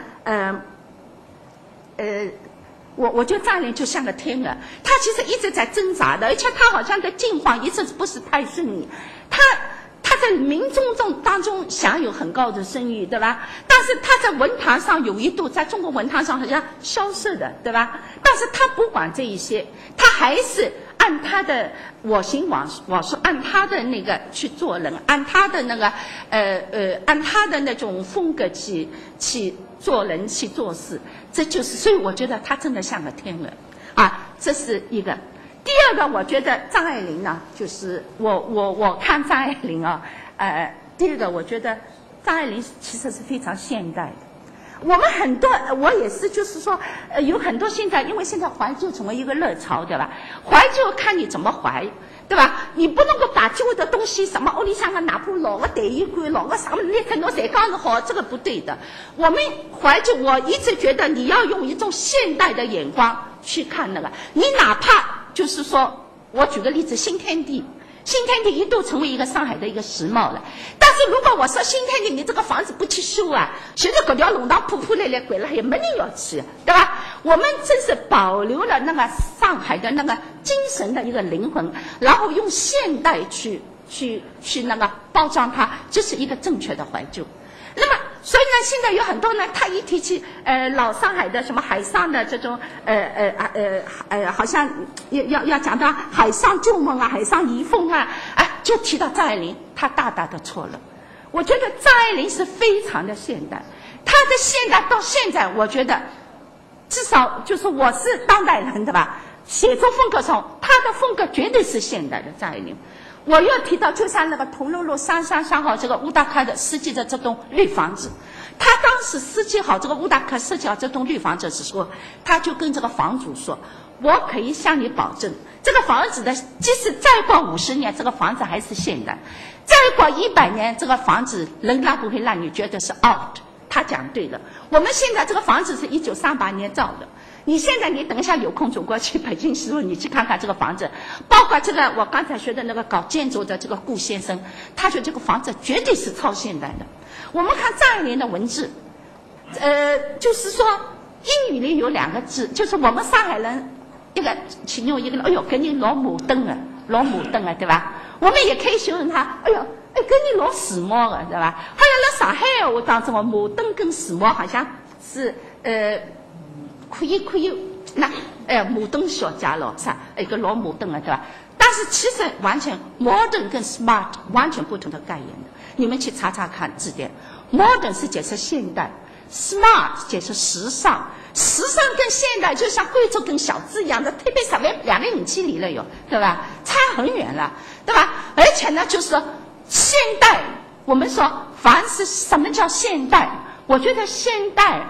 我觉得张爱玲就像个天鹅，她其实一直在挣扎的，而且她好像的境况一直不是太顺利。她在民众当中享有很高的声誉，对吧？但是她在文坛上有一度在中国文坛上好像消失的，对吧？但是她不管这一些，她还是按她的我行我素，按她的那个去做人，按她的按她的那种风格去做人去做事。这就是，所以我觉得她真的像个天鹅啊，这是一个。第二个，我觉得张爱玲呢，就是我看张爱玲啊，第二个我觉得张爱玲其实是非常现代的。我们很多，我也是，就是说，有很多现在，因为现在怀旧成为一个热潮，对吧？怀旧看你怎么怀，对吧？你不能够把旧的东西，什么屋里向个哪怕老个台衣柜，老个什么那很多才讲是好，这个不对的。我们怀旧，我一直觉得你要用一种现代的眼光去看那个，你哪怕就是说，我举个例子，新天地一度成为一个上海的一个时髦了。但是如果我说新天地你这个房子不去修啊，现在各条弄堂破烂鬼了，还没人要去，对吧？我们真是保留了那个上海的那个精神的一个灵魂，然后用现代去那个包装它，这是一个正确的怀旧。那么所以呢，现在有很多呢，他一提起老上海的什么海上的这种好像要讲到海上旧梦啊，海上遗风啊，就提到张爱玲，他大大的错了。我觉得张爱玲是非常的现代，她的现代到现在，我觉得至少就是我是当代人，对吧？写作风格上，她的风格绝对是现代的张爱玲。我要提到，就像那个桐楼路333号这个乌达克的设计的这栋绿房子，他当时设计好这个乌达克设计好这栋绿房子的时候，他就跟这个房主说：“我可以向你保证，这个房子的即使再过50年，这个房子还是现代；再过100年，这个房子仍然不会让你觉得是 out。”他讲对了，我们现在这个房子是1938年造的。你现在你等一下有空走过去北京时候，你去看看这个房子，包括这个我刚才学的那个搞建筑的这个顾先生，他说这个房子绝对是超现代的。我们看张爱玲的文字，就是说英语里有2个字，就是我们上海人一个形容一个人，哎呦，跟你老摩登啊，对吧？我们也可以形容他，哎呦，跟你老时髦的，对吧？好像在上海话当中，摩登跟时髦好像是可以，那摩登小家咯，啥一个老摩登啊，对吧？但是其实完全 modern 跟 smart 完全不同的概念的。你们去查查看字典 ，modern 是解释现代 ，smart 解释时尚。时尚跟现代就像贵族跟小资一样的，特别稍微2.5距离了哟，对吧？差很远了，对吧？而且呢，就是现代，我们说凡是什么叫现代？我觉得现代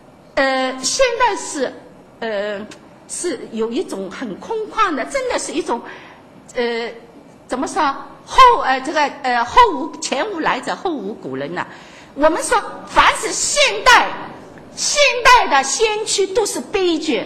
是有一种很空旷的，真的是一种怎么说前无来者后无古人呐。我们说凡是现代的先驱都是悲剧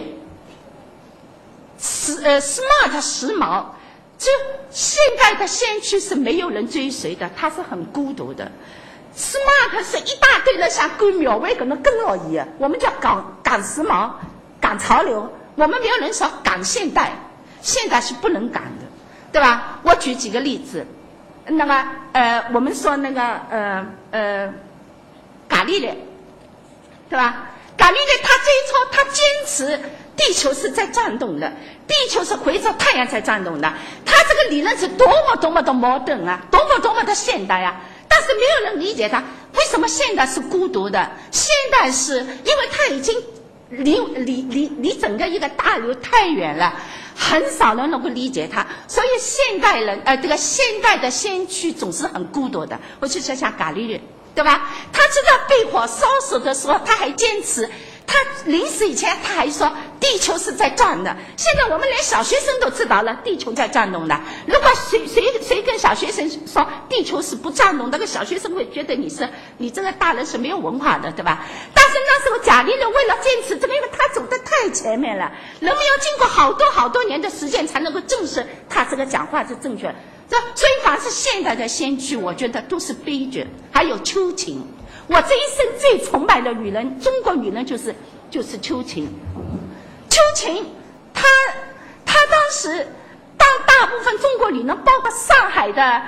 ，smart 时髦，就现代的先驱是没有人追随的，他是很孤独的。smart 是一大堆人像赶庙会可能跟了伊，我们叫赶时髦、赶潮流，我们没有人说赶现代，现代是不能赶的，对吧？我举几个例子，那个我们说那个伽利略，对吧？伽利略他这一操，他坚持地球是在转动的，地球是围着太阳在转动的，他这个理论是多么的modern啊，多么的现代啊！但是没有人理解他为什么现代是孤独的。现代是因为他已经离整个一个大流太远了，很少人能够理解他。所以现代人这个现代的先驱总是很孤独的。我就想想伽利略，对吧？他知道被火烧死的时候，他还坚持。他临死以前他还说地球是在转的。现在我们连小学生都知道了地球在转动的。如果谁跟小学生说地球是不转动，那个小学生会觉得你这个大人是没有文化的，对吧？但是那时候伽利略为了坚持这个，因为他走得太前面了，人们要经过好多年的时间才能够证实他这个讲话是正确的。所以凡是现代的先驱，我觉得都是悲剧。还有秋瑾，我这一生最崇拜的女人，中国女人就是秋瑾。秋瑾，她当时大部分中国女人，包括上海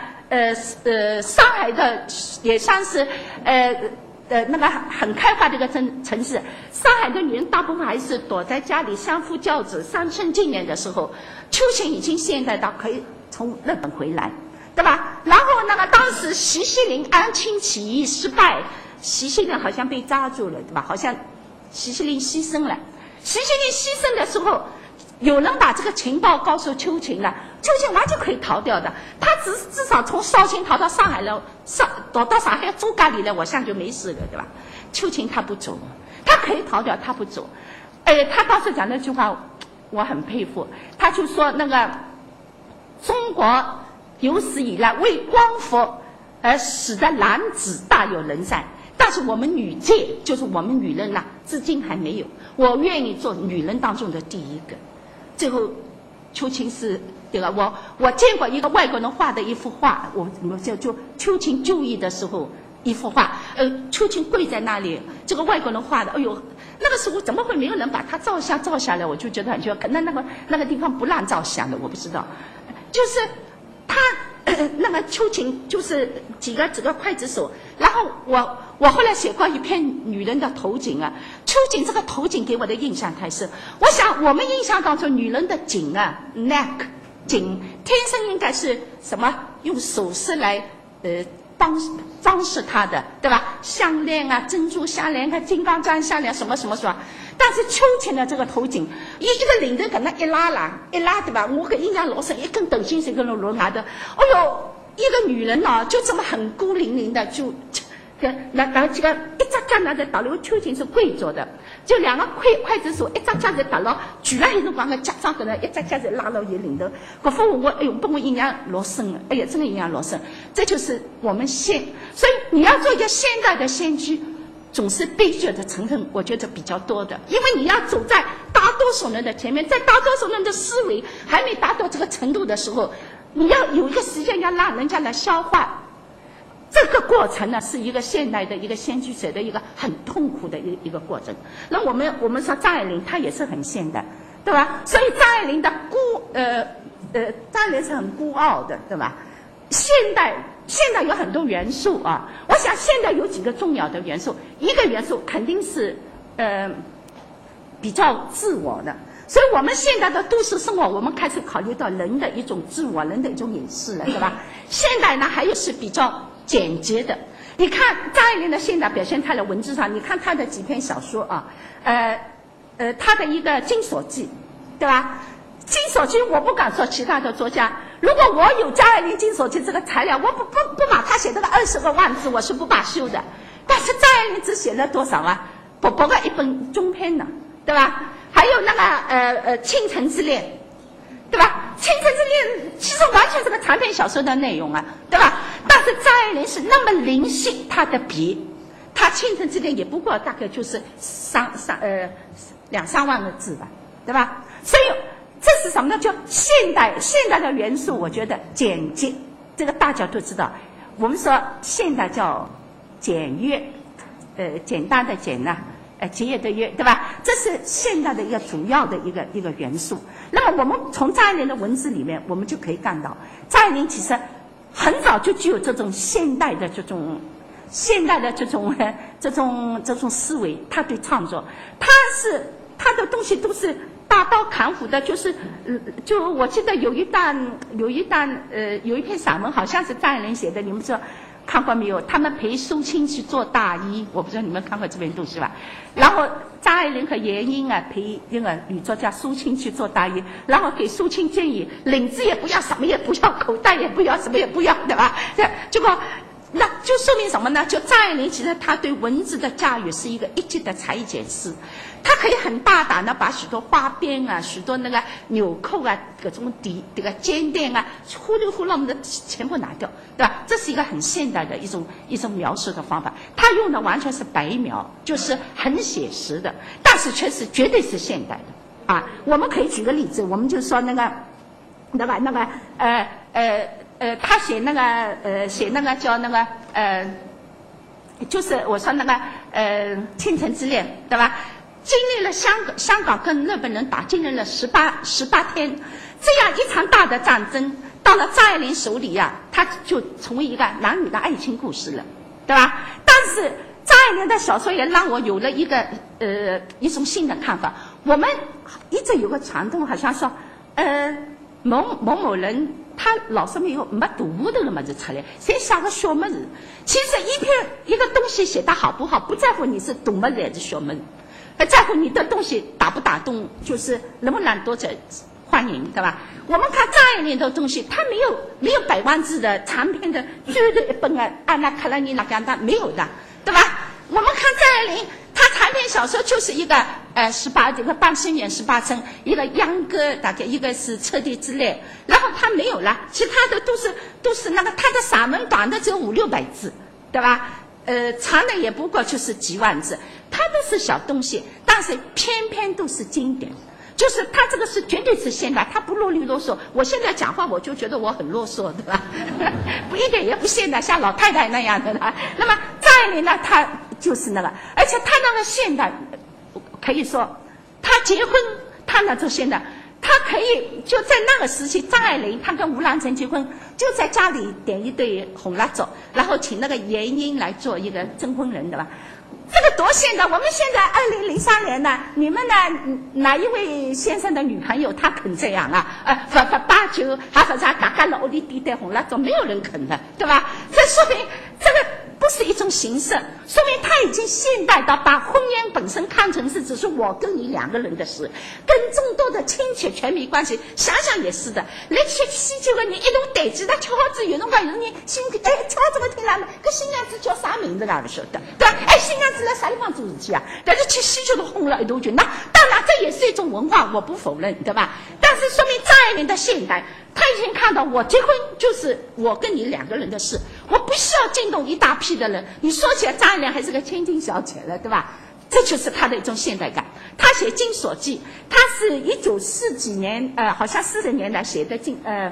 的也算是那个很开化的一个城市。上海的女人大部分还是躲在家里相夫教子。三春纪念的时候，秋瑾已经现代到可以从日本回来，对吧？然后那个当时习西林安庆起义失败，习西林好像被抓住了，对吧？好像习西林牺牲了。习西林牺牲的时候，有人把这个情报告诉秋瑾了，秋瑾完全可以逃掉的。他至少从绍兴逃到上海了，躲到上海住咖喱了，我想就没事了，对吧？秋瑾他不走，他可以逃掉，他不走。他当时讲那句话我很佩服，他就说那个中国有史以来为光复而死的男子大有人在，但是我们女界，就是我们女人至今还没有。我愿意做女人当中的第一个。最后秋瑾是对吧？我见过一个外国人画的一幅画，我就秋瑾就义的时候一幅画，秋瑾跪在那里，这个外国人画的，哎呦，那个时候怎么会没有人把他照下来？我就觉得很奇怪，可能那个地方不让照相的，我不知道。就是他那个秋瑾就是几个刽子手，然后我后来写过一篇女人的头颈啊，秋瑾这个头颈给我的印象太深。我想我们印象当中女人的颈neck 颈天生应该是什么？用首饰来装饰它的，对吧？项链珍珠项链金刚钻项链什么。但是秋瑾的这个头颈，一个领子跟那一拉，对吧？我给印象老深，一根斗金是一根罗拿的。哎呦，一个女人就这么很孤零零的然后这个一只脚拿着打了，秋瑾是跪着的，就两个刽子手一只脚在打了，举了一种光个脚上跟着一只脚在拉到伊领头。搿副我把我印象老深了，哎呀，真的印象老深。这就是我们所以你要做一个现代的先驱，总是悲剧的成分，我觉得比较多的，因为你要走在大多数人的前面，在大多数人的思维还没达到这个程度的时候，你要有一个时间要让人家来消化。这个过程呢，是一个现代的一个先驱者的一个很痛苦的一个过程。那我们说张爱玲，她也是很现代，对吧？所以张爱玲的张爱玲是很孤傲的，对吧？现代有很多元素啊，我想现代有几个重要的元素，一个元素肯定是比较自我的。所以我们现在的都市生活，我们开始考虑到人的一种自我，人的一种隐私了，对吧？现代呢，还有是比较简洁的。你看张爱玲的现代表现她的文字上，你看她的几篇小说啊，她的一个《金锁记》，对吧？《金锁记》我不敢说其他的作家，如果我有张爱玲《金锁记》这个材料，我不把她写这个20个万字，我是不罢休的。但是张爱玲只写了多少啊？薄个一本中篇呢，对吧？还有那个倾城之恋，对吧？倾城之恋其实完全是个长篇小说的内容啊，对吧？但是张爱玲是那么灵性，她的笔，她倾城之恋也不过大概就是2-3万个字吧，对吧？所以这是什么呢？叫现代的元素，我觉得简洁，这个大家都知道。我们说现代叫简约，简单的简呢。节约的约，对吧？这是现代的一个主要的一个元素。那么我们从张爱玲的文字里面，我们就可以看到，张爱玲其实很早就具有这种现代的这种思维。她对创作，她的东西都是大刀砍斧的，就我记得有一篇散文好像是张爱玲写的，你们说看过没有？他们陪苏青去做大衣，我不知道你们看过这本东西吧？然后张爱玲和闫英啊陪那个女作家苏青去做大衣，然后给苏青建议领子也不要，什么也不要，口袋也不要，什么也不要，对吧？结果那就说明什么呢？就张爱玲其实她对文字的驾驭是一个一级的才艺检师，她可以很大胆的把许多花边啊、许多那个纽扣啊、各种这个尖垫啊，呼噜呼噜的全部拿掉，对吧？这是一个很现代的一种描述的方法。她用的完全是白描，就是很写实的，但是却是绝对是现代的啊。我们可以举个例子，我们就说那个，对吧？那个他写那个叫那个就是我说那个倾城之恋，对吧？经历了香港跟日本人打，经历了18天，这样一场大的战争，到了张爱玲手里啊，他就成为一个男女的爱情故事了，对吧？但是张爱玲的小说也让我有了一种新的看法。我们一直有个传统，好像说某人他老是没读的个么子出来，谁写个小么子？其实一个东西写得好不好，不在乎你是读么子还是小么子，在乎你的东西打不打动，就是能不能多者欢迎，对吧？我们看张爱玲的东西，他没有100万字的长篇的最后一本啊，按那克拉尼那样的没有的，对吧？我们看张爱玲，她长篇小说就是一个这个半生缘18春，一个秧歌，大概一个是彻底之恋，然后她没有了，其他的都是那个她的散文短的只有500-600字，对吧？长的也不过就是几万字，它都是小东西，但是偏偏都是经典。就是他这个是绝对是现代，他不啰里啰嗦。我现在讲话我就觉得我很啰嗦，对吧？不一点也不现代，像老太太那样的啦。那么张爱玲呢，她就是那个，而且她那个现代，可以说她结婚，她那就现代，她可以就在那个时期，张爱玲她跟吴兰成结婚，就在家里点一对红蜡烛，然后请那个闫英来做一个征婚人，对吧？这个多现代！我们现在2003年呢，你们呢哪一位先生的女朋友她肯这样啊？把酒还或者大家在屋里点点红蜡烛，没有人肯的，对吧？这说明这个不是一种形式，说明他已经现代到把婚姻本身看成是只是我跟你2个人的事，跟众多的亲戚全没关系。想想也是的，你去西九个人一路对着他，巧子有辰光有人心巧怎么听来了？搿新娘子叫啥名字啊？不晓得，对吧？新娘子来啥地方做事情啊？但是去西九都轰了一大群，那当然这也是一种文化，我不否认，对吧？但是说明张爱玲的现代，他已经看到我结婚就是我跟你2个人的事，我不需要惊动一大批的人。你说起来张爱玲还是个千金小姐了，对吧？这就是他的一种现代感。他写《金锁记》，他是1940几年好像40年代写的《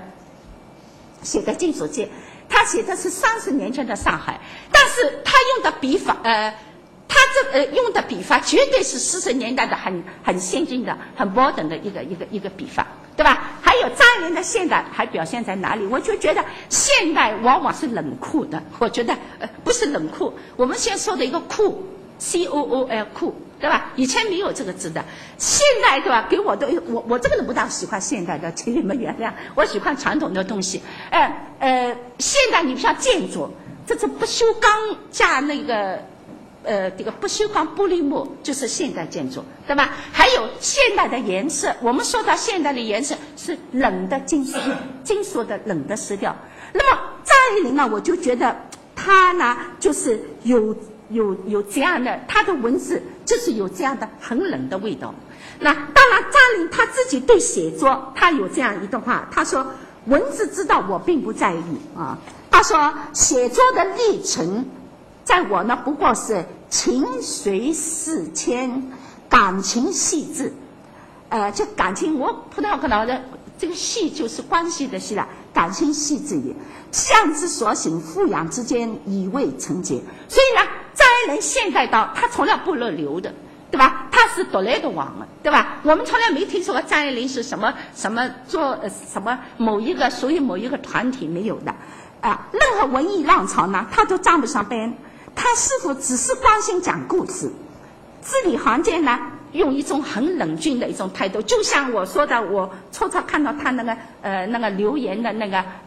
金锁记》，他写的是30年前的上海，但是他用的笔法用的笔法绝对是40年代的很先进的、很 modern 的一个笔法，对吧？还有张爱玲的现代还表现在哪里？我就觉得现代往往是冷酷的，我觉得不是冷酷，我们现在说的一个酷 ，COOL 酷，对吧？以前没有这个字的，现代，对吧？给我的我这个人不大喜欢现代的，请你们原谅，我喜欢传统的东西。现代你像建筑，这是不锈钢加那个。这个不锈钢玻璃幕就是现代建筑，对吧？还有现代的颜色，我们说到现代的颜色是冷的金属的冷的色调。那么张爱玲呢，我就觉得她呢就是有这样的，她的文字就是有这样的很冷的味道。那当然，张爱玲她自己对写作，她有这样一段话，她说：“文字知道我并不在意啊。”她说写作的历程。在我呢，不过是情随事迁，感情细致。这感情我葡萄牙脑的这个细就是关系的细了，感情细致也。向之所行，富养之间，以为成节。所以呢，张爱玲现代到她从来不入流的，对吧？她是独来的王了，对吧？我们从来没听说过张爱玲是什么做什么属于某一个团体，没有的。任何文艺浪潮呢，她都沾不上边。他是否只是关心讲故事？字里行间呢，用一种很冷峻的一种态度，就像我说的，我初看到他那个留言的那个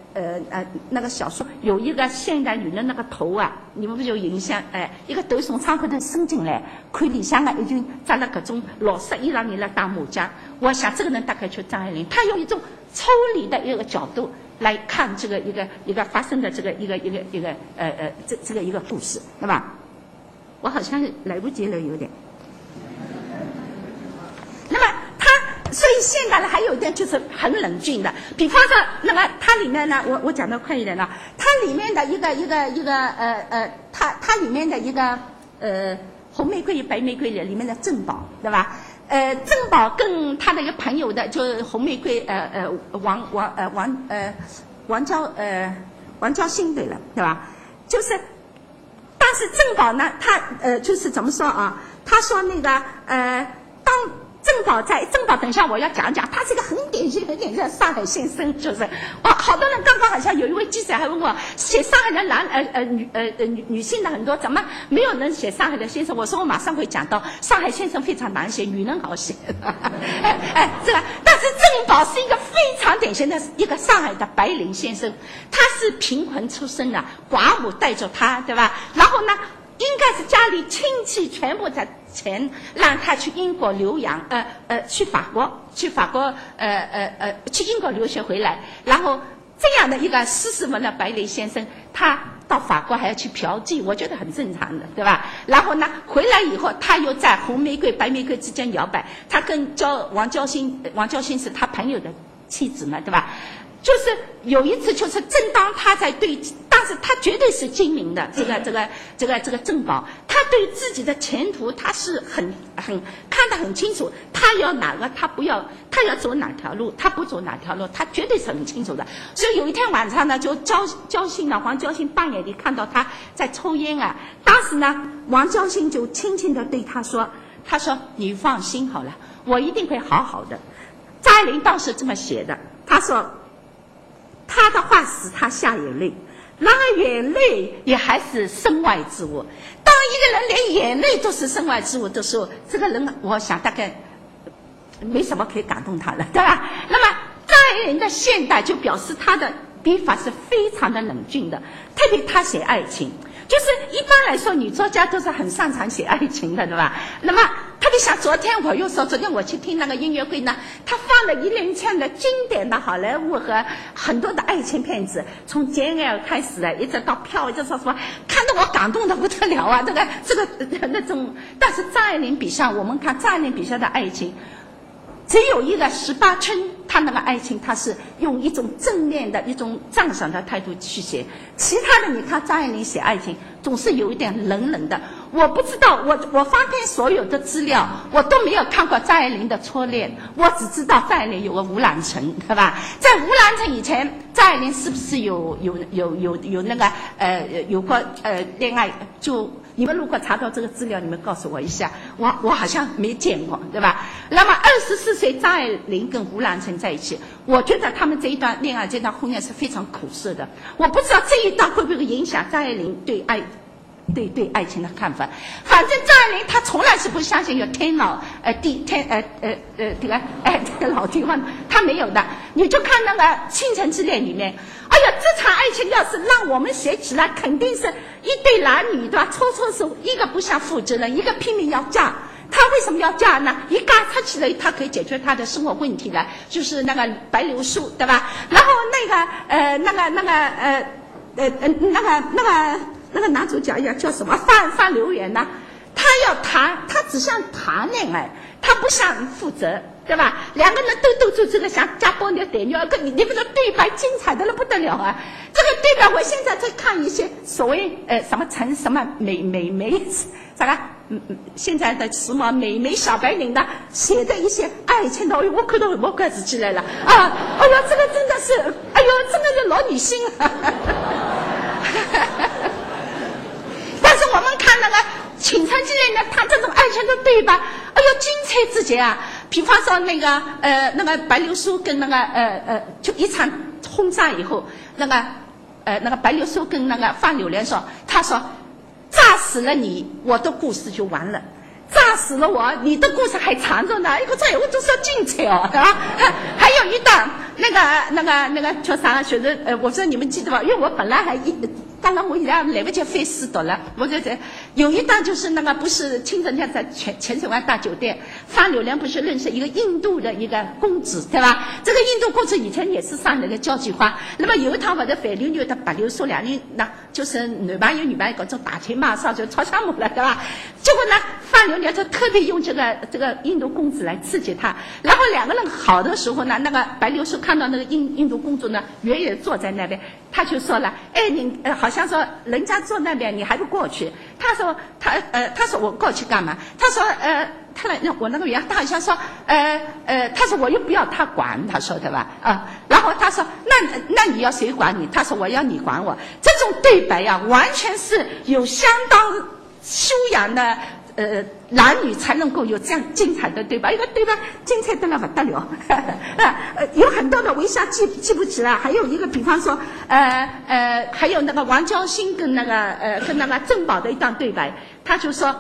那个小说有一个现代女人那个头啊，你们不就有印象？一个头从窗口头伸进来，看里向啊已经扎了各种老式衣裳，你来打麻将。我想这个人大概就张爱玲，她用一种抽离的一个角度来看这个一个发生的这个一个这个一个故事，对吧？我好像来不及了，有点。那么所以现代人还有一点就是很冷峻的，比方说那么它里面呢，我讲的快一点了，它里面的它里面的一个红玫瑰与白玫瑰里面的珍宝，对吧？珍宝跟他的一个朋友的就是红玫瑰王昭欣对了，对吧？就是，但是珍宝呢，他就是怎么说啊？他说那个当珍宝，等一下我要讲讲，他是一个很典型的上海先生，就是好多人刚刚好像有一位记者还问我，写上海的女性的很多，怎么没有人写上海的先生？我说我马上会讲到，上海先生非常难写，女人好写。这个，但是珍宝是一个非常典型的一个上海的白领先生，他是贫困出身的，寡母带着他，对吧？然后呢，应该是家里亲戚全部在钱让他去英国留洋，去法国去英国留学回来，然后这样的一个斯斯文的白领先生，他到法国还要去嫖妓，我觉得很正常的，对吧？然后呢，回来以后他又在红玫瑰白玫瑰之间摇摆，他跟王昭欣是他朋友的妻子嘛，对吧？就是有一次，就是正当他在但是他绝对是精明的，这个珍宝，他对自己的前途他是很看得很清楚，他要哪个，他要走哪条路，他不走哪条路，他绝对是很清楚的。所以有一天晚上呢，就黄昭欣半夜里看到他在抽烟啊，当时呢，王昭欣就轻轻地对他说你放心好了，我一定会好好的。张爱玲当时这么写的，他说他的话使他下眼泪，然而眼泪也还是身外之物。当一个人连眼泪都是身外之物的时候，这个人我想大概没什么可以感动他了，对吧？那么张爱玲的现代就表示他的笔法是非常的冷峻的，特别他写爱情，就是一般来说女作家都是很擅长写爱情的，对吧？那么特别像昨天我去听那个音乐会呢，他放了一连串的经典的好莱坞和很多的爱情片子，从《简爱》开始的，一直到票，一直说什么，看得我感动的不得了啊！这个那种，但是张爱玲笔下，我们看张爱玲笔下的爱情，只有一个18春，他那个爱情，他是用一种正面的一种赞赏的态度去写，其他的你看张爱玲写爱情总是有一点冷冷的。我不知道，我翻遍所有的资料，我都没有看过张爱玲的初恋，我只知道张爱玲有个吴兰成，对吧？在吴兰成以前，张爱玲是不是有那个有过恋爱？就你们如果查到这个资料，你们告诉我一下，我好像没见过，对吧？那么24岁，张爱玲跟吴兰成在一起，我觉得他们这一段恋爱，这段婚姻是非常苦涩的。我不知道这一段会不会影响张爱玲对爱情的看法。反正张爱玲她从来是不相信有天老这个老天荒，她没有的。你就看那个《倾城之恋》里面，哎呀，这场爱情要是让我们写起来，肯定是一对男女对吧？搓手，一个不想负责任，一个拼命要嫁。他为什么要嫁呢？一嫁他起来，他可以解决他的生活问题了，就是那个白柳树，对吧？然后那个男主角叫什么范柳原呢？他只想谈恋爱，他不想负责，对吧？两个人都斗出这个像家暴的点尿，你们的对白精彩的了不得了啊！这个对白我现在在看一些所谓什么美啥个现在的时髦美小白领的写的一些爱情的，我看到我筷子起来了啊！哎呦，这个真的是，哎呦，真的是老女性啊！但是我们看那个《倾城之恋》呢，他这种爱情的对白，哎呦，精彩之极啊！比方说那个白流苏跟那个就一场轰炸以后，那个白流苏跟那个范柳莲说，他说炸死了你，我的故事就完了；炸死了我，你的故事还长着呢。哎呦，这我都说精彩哦，对吧？还有一段那个个叫啥？学生我说你们记得吧？因为我本来当然我现在来不及费事读了。我就在有一段就是不是清晨在浅水湾大酒店，范柳莲不是认识一个印度的一个公子，对吧？这个印度公子以前也是上那个交际花。那么有一趟我的范柳莲的白柳树两人就是男朋友女朋友各种打情骂俏就吵相骂了，对吧？结果范柳莲就特别用这个印度公子来刺激他，然后两个人好的时候呢，那个白柳树看到那个印度公主呢远远坐在那边，他就说了，你好像说人家坐那边你还不过去。他说我过去干嘛？他说我那个原他好像说他说我又不要他管，他说对吧？然后他说那你要谁管你？他说我要你管我。这种对白呀，完全是有相当修养的男女才能够有这样精彩的对白，一个对白精彩得了不得了。有很多的我一下记不起来。还有一个比方说还有那个王娇欣跟那个郑宝的一段对白，他就说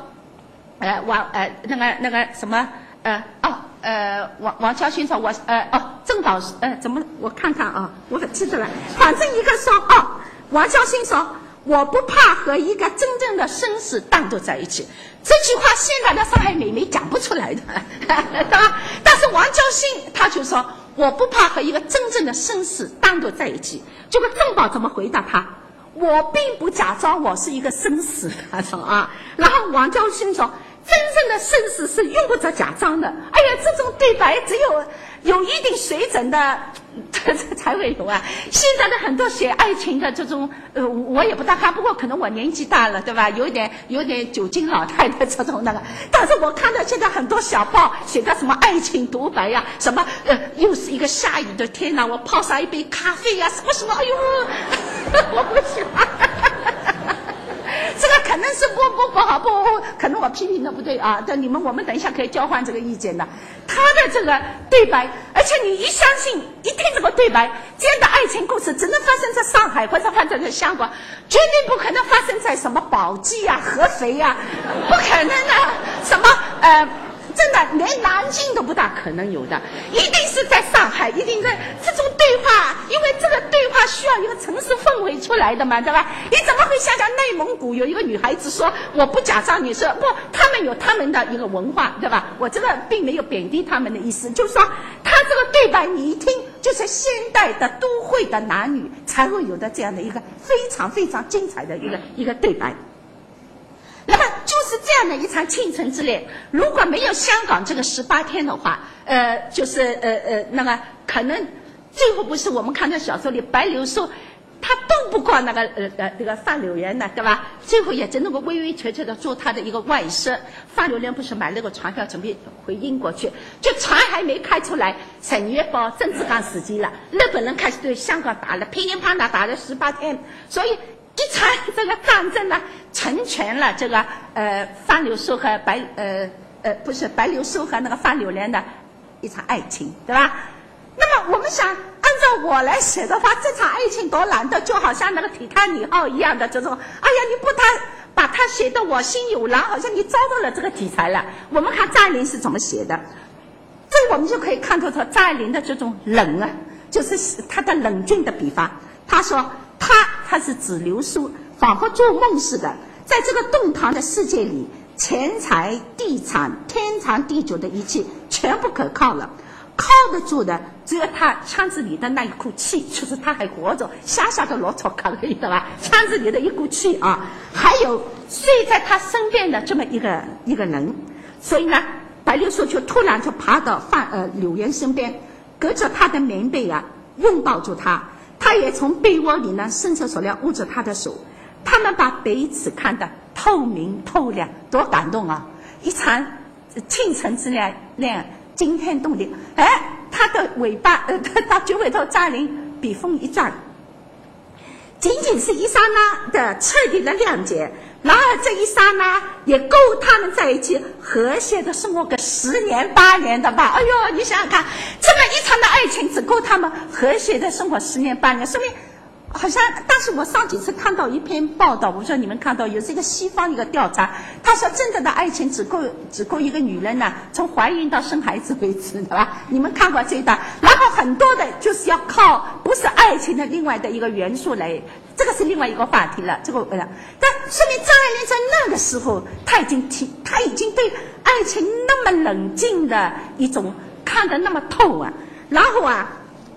那个什么王娇欣说我郑宝怎么我看看啊，我记得了，反正一个说王娇欣说我不怕和一个真正的绅士单独在一起。这句话现在的上海美眉讲不出来的，对吧？但是王娇欣他就说我不怕和一个真正的绅士单独在一起。结果郑宝怎么回答他？我并不假装我是一个绅士，他说然后王娇欣说真正的绅士是用不着假装的。哎呀，这种对白只有一定水准的才会有啊。现在的很多写爱情的这种我也不大看，不过可能我年纪大了，对吧？有点酒精老太太这种但是我看到现在很多小报写的什么爱情独白呀，什么又是一个下雨的天哪，我泡上一杯咖啡呀，什么哎呦我不喜欢这个可能是不好，可能我批评的不对啊。但我们等一下可以交换这个意见的。他的这个对白，而且你一相信一听这个对白，这样的爱情故事只能发生在上海或者发生在香港，绝对不可能发生在什么宝鸡啊、合肥啊，不可能的。什么真的连南京都不大可能有的，一定是在上海，一定在这种对话，因为这个对话需要一个城市氛围出来的嘛，对吧？你怎么会想想内蒙古有一个女孩子说我不假装你说不，他们有他们的一个文化，对吧？我这个并没有贬低他们的意思，就是说他这个对白你一听就是现代的都会的男女才会有的这样的一个非常非常精彩的一个对白。那么就是这样的一场倾城之恋，如果没有香港这个18天的话，那个可能最后不是我们看到小说里白流苏他斗不过那个范柳园呢，对吧？最后也只能够微微确确的做他的一个外甥。范柳园不是买了个船票准备回英国去，就船还没开出来，陈月宝、郑志刚死机了，日本人开始对香港打了，乒乒乓乓打了18天，所以一场这个战争呢，成全了这个范柳苏和白流苏和那个范柳莲的一场爱情，对吧？那么我们想按照我来写的话，这场爱情多难得，就好像那个体坛尼号一样的这种，哎呀，你把它写得我心有狼，好像你找到了这个题材了。我们看张爱玲是怎么写的，这我们就可以看出张爱玲的这种冷啊，就是她的冷峻的笔法。她说他是指流苏，仿佛做梦似的，在这个动荡的世界里，钱财、地产、天长地久的一切全不可靠了，靠得住的只有他腔子里的那一股气，就是他还活着，下的骆驼可以的吧？腔子里的一股气啊，还有睡在他身边的这么一个人。所以呢，白流苏就突然就爬到柳园身边，隔着他的棉被啊，拥抱住他。他也从被窝里呢伸出手来握着他的手，他们把彼此看得透明透亮，多感动啊！一场倾城之恋惊天动地。他的尾巴他结尾头张爱玲笔锋一转，仅仅是一刹那的彻底的谅解，然而这一刹那也够他们在一起和谐的生活个10年8年的吧。哎呦，你想想看，这么一场的爱情只够他们和谐的生活10年8年，说明好像当时我上几次看到一篇报道，我不知道你们看到，有这个西方一个调查，他说真正的爱情只够一个女人呢，从怀孕到生孩子为止，对吧？你们看过这一段？然后很多的就是要靠不是爱情的另外的一个元素来，这个是另外一个话题了。这个但说明张爱玲在那个时候，他已经对爱情那么冷静的一种看得那么透啊，然后啊。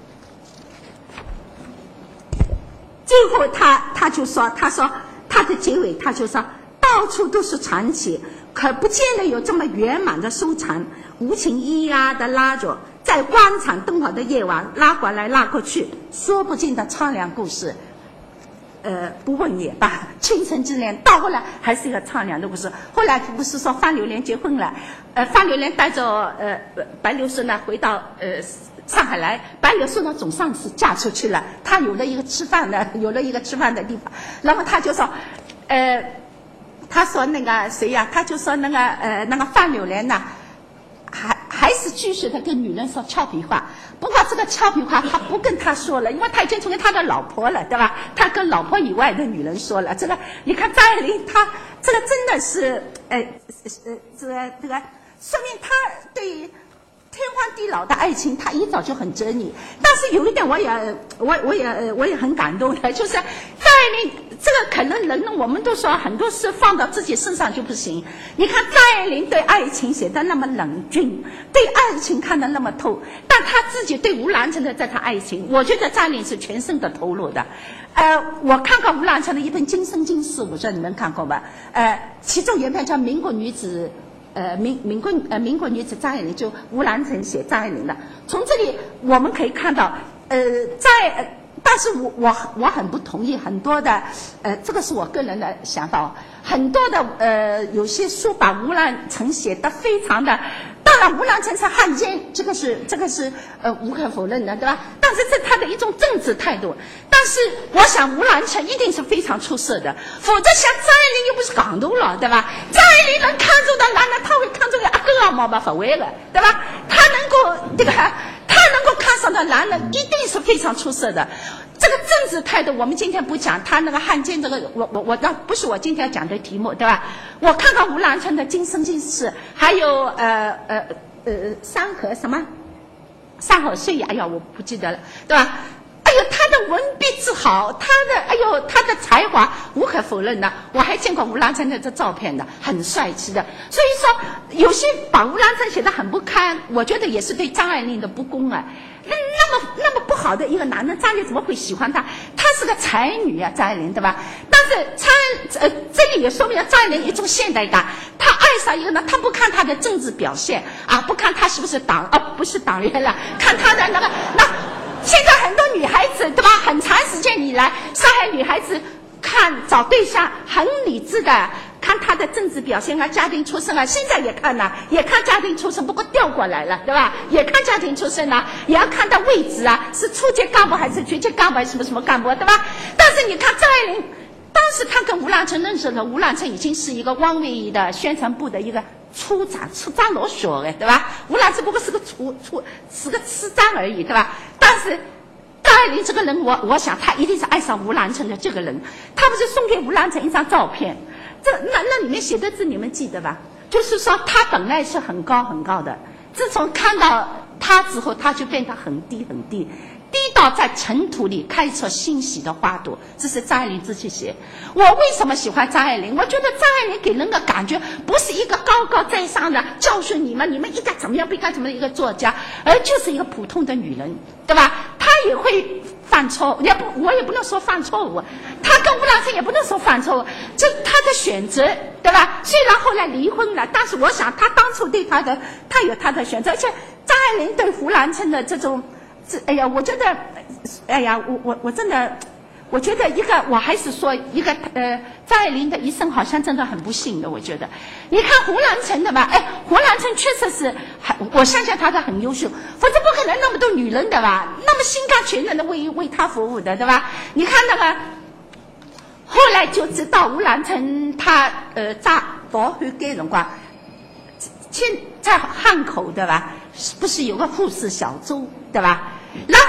最后他就说，他说他的结尾他就说，到处都是传奇，可不见得有这么圆满的收场。无情咿呀的拉着，在广场灯火的夜晚拉过来拉过去，说不尽的苍凉故事。不问也罢，倾城之恋到后来还是一个苍凉的故事。后来不是说范柳莲结婚了，范柳莲带着白流苏呢回到上海来，白流苏呢总算是嫁出去了，她有了一个吃饭的地方。然后他就说，他说那个谁呀，他就说那个范柳莲呢，还是继续的跟女人说俏皮话。不过这个俏皮话他不跟他说了，因为他已经成为他的老婆了，对吧？他跟老婆以外的女人说了。这个你看张爱玲，她这个真的是，这个说明她对天荒地老的爱情，她一早就很缜密。但是有一点我也很感动的，就是张爱玲这个可能人我们都说很多事放到自己身上就不行。你看张爱玲对爱情写得那么冷峻，对爱情看得那么透，但她自己对吴兰成的这场爱情，我觉得张爱玲是全身的投入的。我看过吴兰成的一本《今生今世》，我不知道你们看过吧？其中有一篇叫《民国女子》。民国女子张爱玲，就吴兰成写张爱玲的。从这里我们可以看到，但是我很不同意很多的，这个是我个人的想法。很多的有些书把吴兰成写得非常的，当然吴兰成是汉奸，这个是无可否认的，对吧？但是这他的一种政治态度。但是我想吴兰成一定是非常出色的，否则像张爱玲又不是港督了，对吧？张爱玲能看中的男人，他会看中一个毛吧不会了，对吧？他能够看上的男人一定是非常出色的。这个政治态度我们今天不讲，他那个汉奸这个我那不是我今天要讲的题目，对吧？我看看吴兰成的《今生今世》，还有山河什么山河岁月，哎呀我不记得了，对吧？哎呦，他的文笔之好，他的才华无可否认的。我还见过吴兰成的这照片的，很帅气的。所以说，有些把吴兰成写得很不堪，我觉得也是对张爱玲的不公啊。那么不好的一个男人，张爱玲怎么会喜欢他？她是个才女啊，张爱玲，对吧？但是这里也说明了张爱玲一种现代感。她爱上一个人，她不看他的政治表现啊，不看他是不是不是党员了，看他的那。现在很多女孩子，对吧？很长时间以来，上海女孩子找对象很理智的，看她的政治表现啊、家庭出身啊。现在也看家庭出身，不过调过来了，对吧？也看家庭出身啊，也要看她位置啊，是初级干部还是局级干部还是什么干部，对吧？但是你看张爱玲，当时她跟吴兰成认识的，吴兰成已经是一个汪维仪的宣传部的一个处长老小的，对吧？吴兰只不过是个次长而已，对吧？但是张爱玲这个人，我想她一定是爱上吴兰成的这个人。她不是送给吴兰成一张照片，那里面写的字你们记得吧？就是说她本来是很高很高的，自从看到他之后，他就变得很低很低，低到在尘土里开出欣喜的花朵。这是张爱玲自己写。我为什么喜欢张爱玲？我觉得张爱玲给人的感觉不是一个高高在上的教训你们应该怎么样，不应该怎么样一个作家，而就是一个普通的女人，对吧？她也会犯错误，我也不能说犯错误，她跟吴兰成也不能说犯错误，这她的选择，对吧？虽然后来离婚了，但是我想她当初对她有她的选择。而且张爱玲对吴兰成的这种，我觉得，我真的，我觉得我还是说张爱玲的一生好像真的很不幸的。我觉得，你看胡兰成的吧，胡兰成确实是我相信他的很优秀，否则不可能那么多女人的吧，那么心甘情愿的为他服务的，对吧？你看那个，后来就知道吴兰成他在佛汉街辰光，在汉口对吧？不是有个护士小周对吧？然后到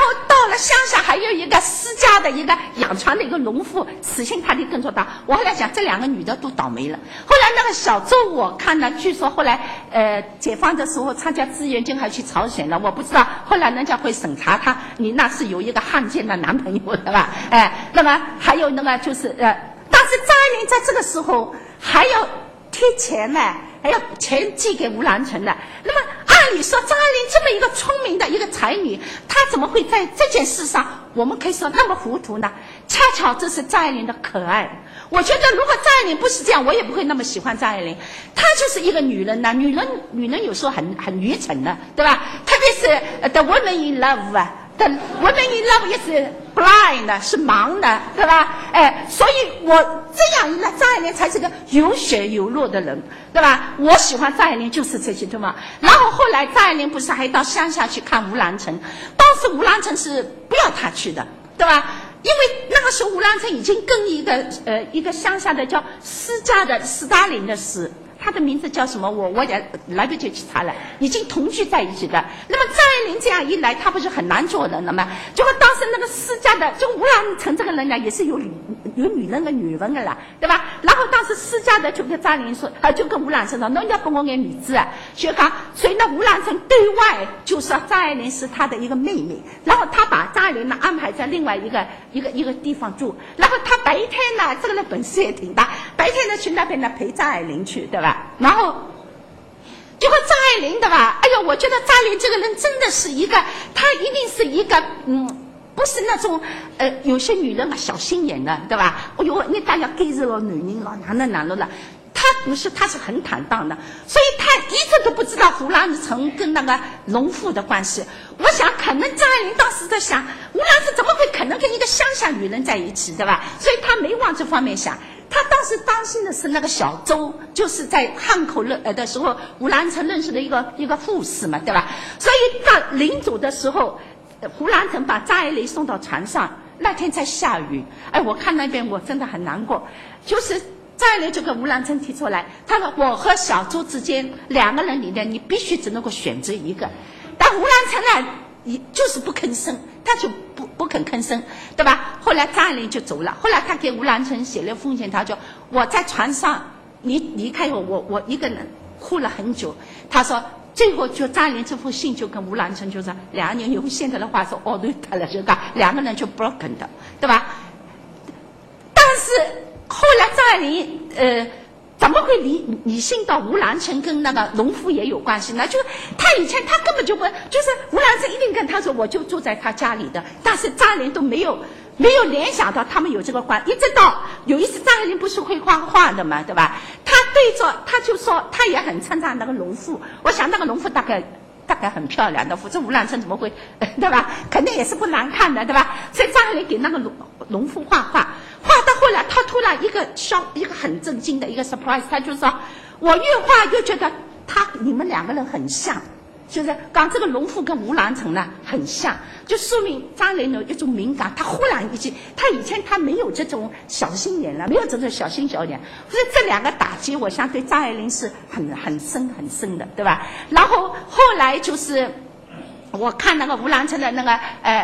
到了乡下还有一个私家的一个养船的一个农妇，死心塌地跟着他。我后来想，这两个女的都倒霉了。后来那个小周我看了，据说后来解放的时候参加志愿军还去朝鲜了，我不知道后来人家会审查他，你那是有一个汉奸的男朋友的吧？那么还有那个就是但是张爱玲在这个时候还要贴钱呢，还要钱寄给吴兰成的。那么按理说张爱玲这么一个聪明的一个才女，她怎么会在这件事上我们可以说那么糊涂呢？恰巧这是张爱玲的可爱。我觉得如果张爱玲不是这样，我也不会那么喜欢张爱玲。她就是一个女人呢，女人有时候很愚蠢的，对吧？特别是The Woman in Love 啊，The Woman in Love 也是 blind 是盲的，对吧？所以我这样一来，张爱玲才是个有血有肉的人，对吧？我喜欢张爱玲就是这些，对吗？然后后来张爱玲不是还到乡下去看吴兰成，当时吴兰成是不要她去的，对吧？因为那个时候吴兰成已经跟一个乡下的叫私家的斯大林的死，他的名字叫什么我也来不及去查了，已经同居在一起的。那么张爱玲这样一来，她不是很难做人了吗？结果当时那个私家的就吴兰成这个人呢，也是有女人的女人的啦，对吧？然后当时私家的就跟张爱玲说，就跟吴兰成说，那你要给我眼女子啊，就讲，所以呢吴兰成对外就说张爱玲是他的一个妹妹，然后他把张爱玲呢安排在另外一个地方住，然后他白天呢这个人本事也挺大，白天呢去那边呢陪张爱玲去，对吧？然后结果张爱玲的吧，哎呦，我觉得张爱玲这个人真的是一个，她一定是一个不是那种有些女人啊小心眼的，对吧？哎呦，你大家跟着了女人了，哪了，她不是，她是很坦荡的，所以她一直都不知道胡兰成跟那个农妇的关系。我想可能张爱玲当时在想，胡兰成怎么会可能跟一个乡下女人在一起，对吧？所以她没往这方面想。他当时担心的是那个小周，就是在汉口的时候，胡兰成认识的一个护士嘛，对吧？所以到临走的时候，胡兰成把张爱玲送到船上，那天在下雨，我看那边我真的很难过。就是张爱玲就跟胡兰成提出来，他说我和小周之间两个人里面，你必须只能够选择一个。但胡兰成呢，就是不吭声，他就不肯吭声，对吧？后来张爱玲就走了，后来他给吴兰成写了封信，他说我在船上，你离开我一个人哭了很久。他说最后就张爱玲这封信就跟吴兰成就说，两个人用现在的话说对他了，就讲两个人就 broken 的，对吧？但是后来张爱玲怎么会理性到吴兰成跟那个农夫也有关系呢？就他以前他根本就不，就是吴兰成一定跟他说我就住在他家里的，但是张爱玲都没有联想到他们有这个关，一直到有一次张爱玲不是会画画的嘛，对吧？他对着他就说，他也很称赞那个农妇，我想那个农妇大概很漂亮的，否则吴兰成怎么会对吧？肯定也是不难看的，对吧？所以张爱玲给那个农妇画到后来，他突然一个很震惊的一个 surprise， 他就说我越画越觉得你们两个人很像，就是刚这个农妇跟吴兰成呢很像，就说明张爱玲有一种敏感，他忽然他以前他没有这种小心眼了，没有这种小心小眼，所以这两个打击我想对张爱玲是很深的，对吧？然后后来就是我看那个吴兰成的那个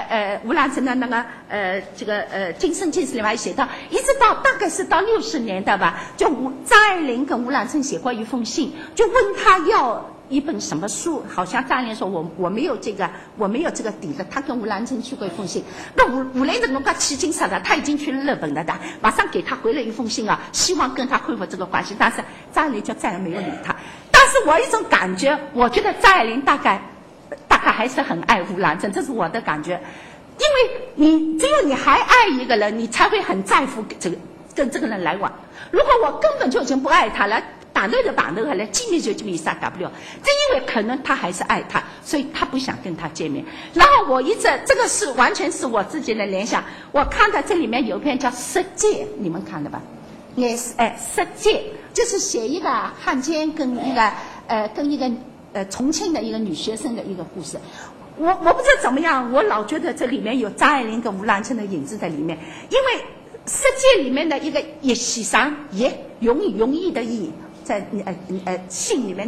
这个今生今世里面写到，一直到大概是到60年代吧，就张爱玲跟吴兰成写过一封信，就问他要一本什么书，好像张爱玲说我没有这个底子，他跟吴兰成去过一封信，那吴兰成他起劲啥的，他已经去日本了的，马上给他回了一封信啊，希望跟他恢复这个关系，但是张爱玲就再也没有理他。但是我一种感觉，我觉得张爱玲大概还是很爱吴兰成，这是我的感觉，因为只有你还爱一个人，你才会很在乎跟这个人来往。如果我根本就已经不爱他了，打斗就打斗了，见面就见面，啥大不了。正因为可能他还是爱他，所以他不想跟他见面。然后我这个是完全是我自己的联想。我看到这里面有一篇叫《色戒》，你们看的吧？也是色戒就是写一个汉奸跟一个重庆的一个女学生的一个故事。我不知道怎么样，我老觉得这里面有张爱玲跟吴兰成的影子在里面，因为色戒里面的一个也喜上也容易的意，在信里面你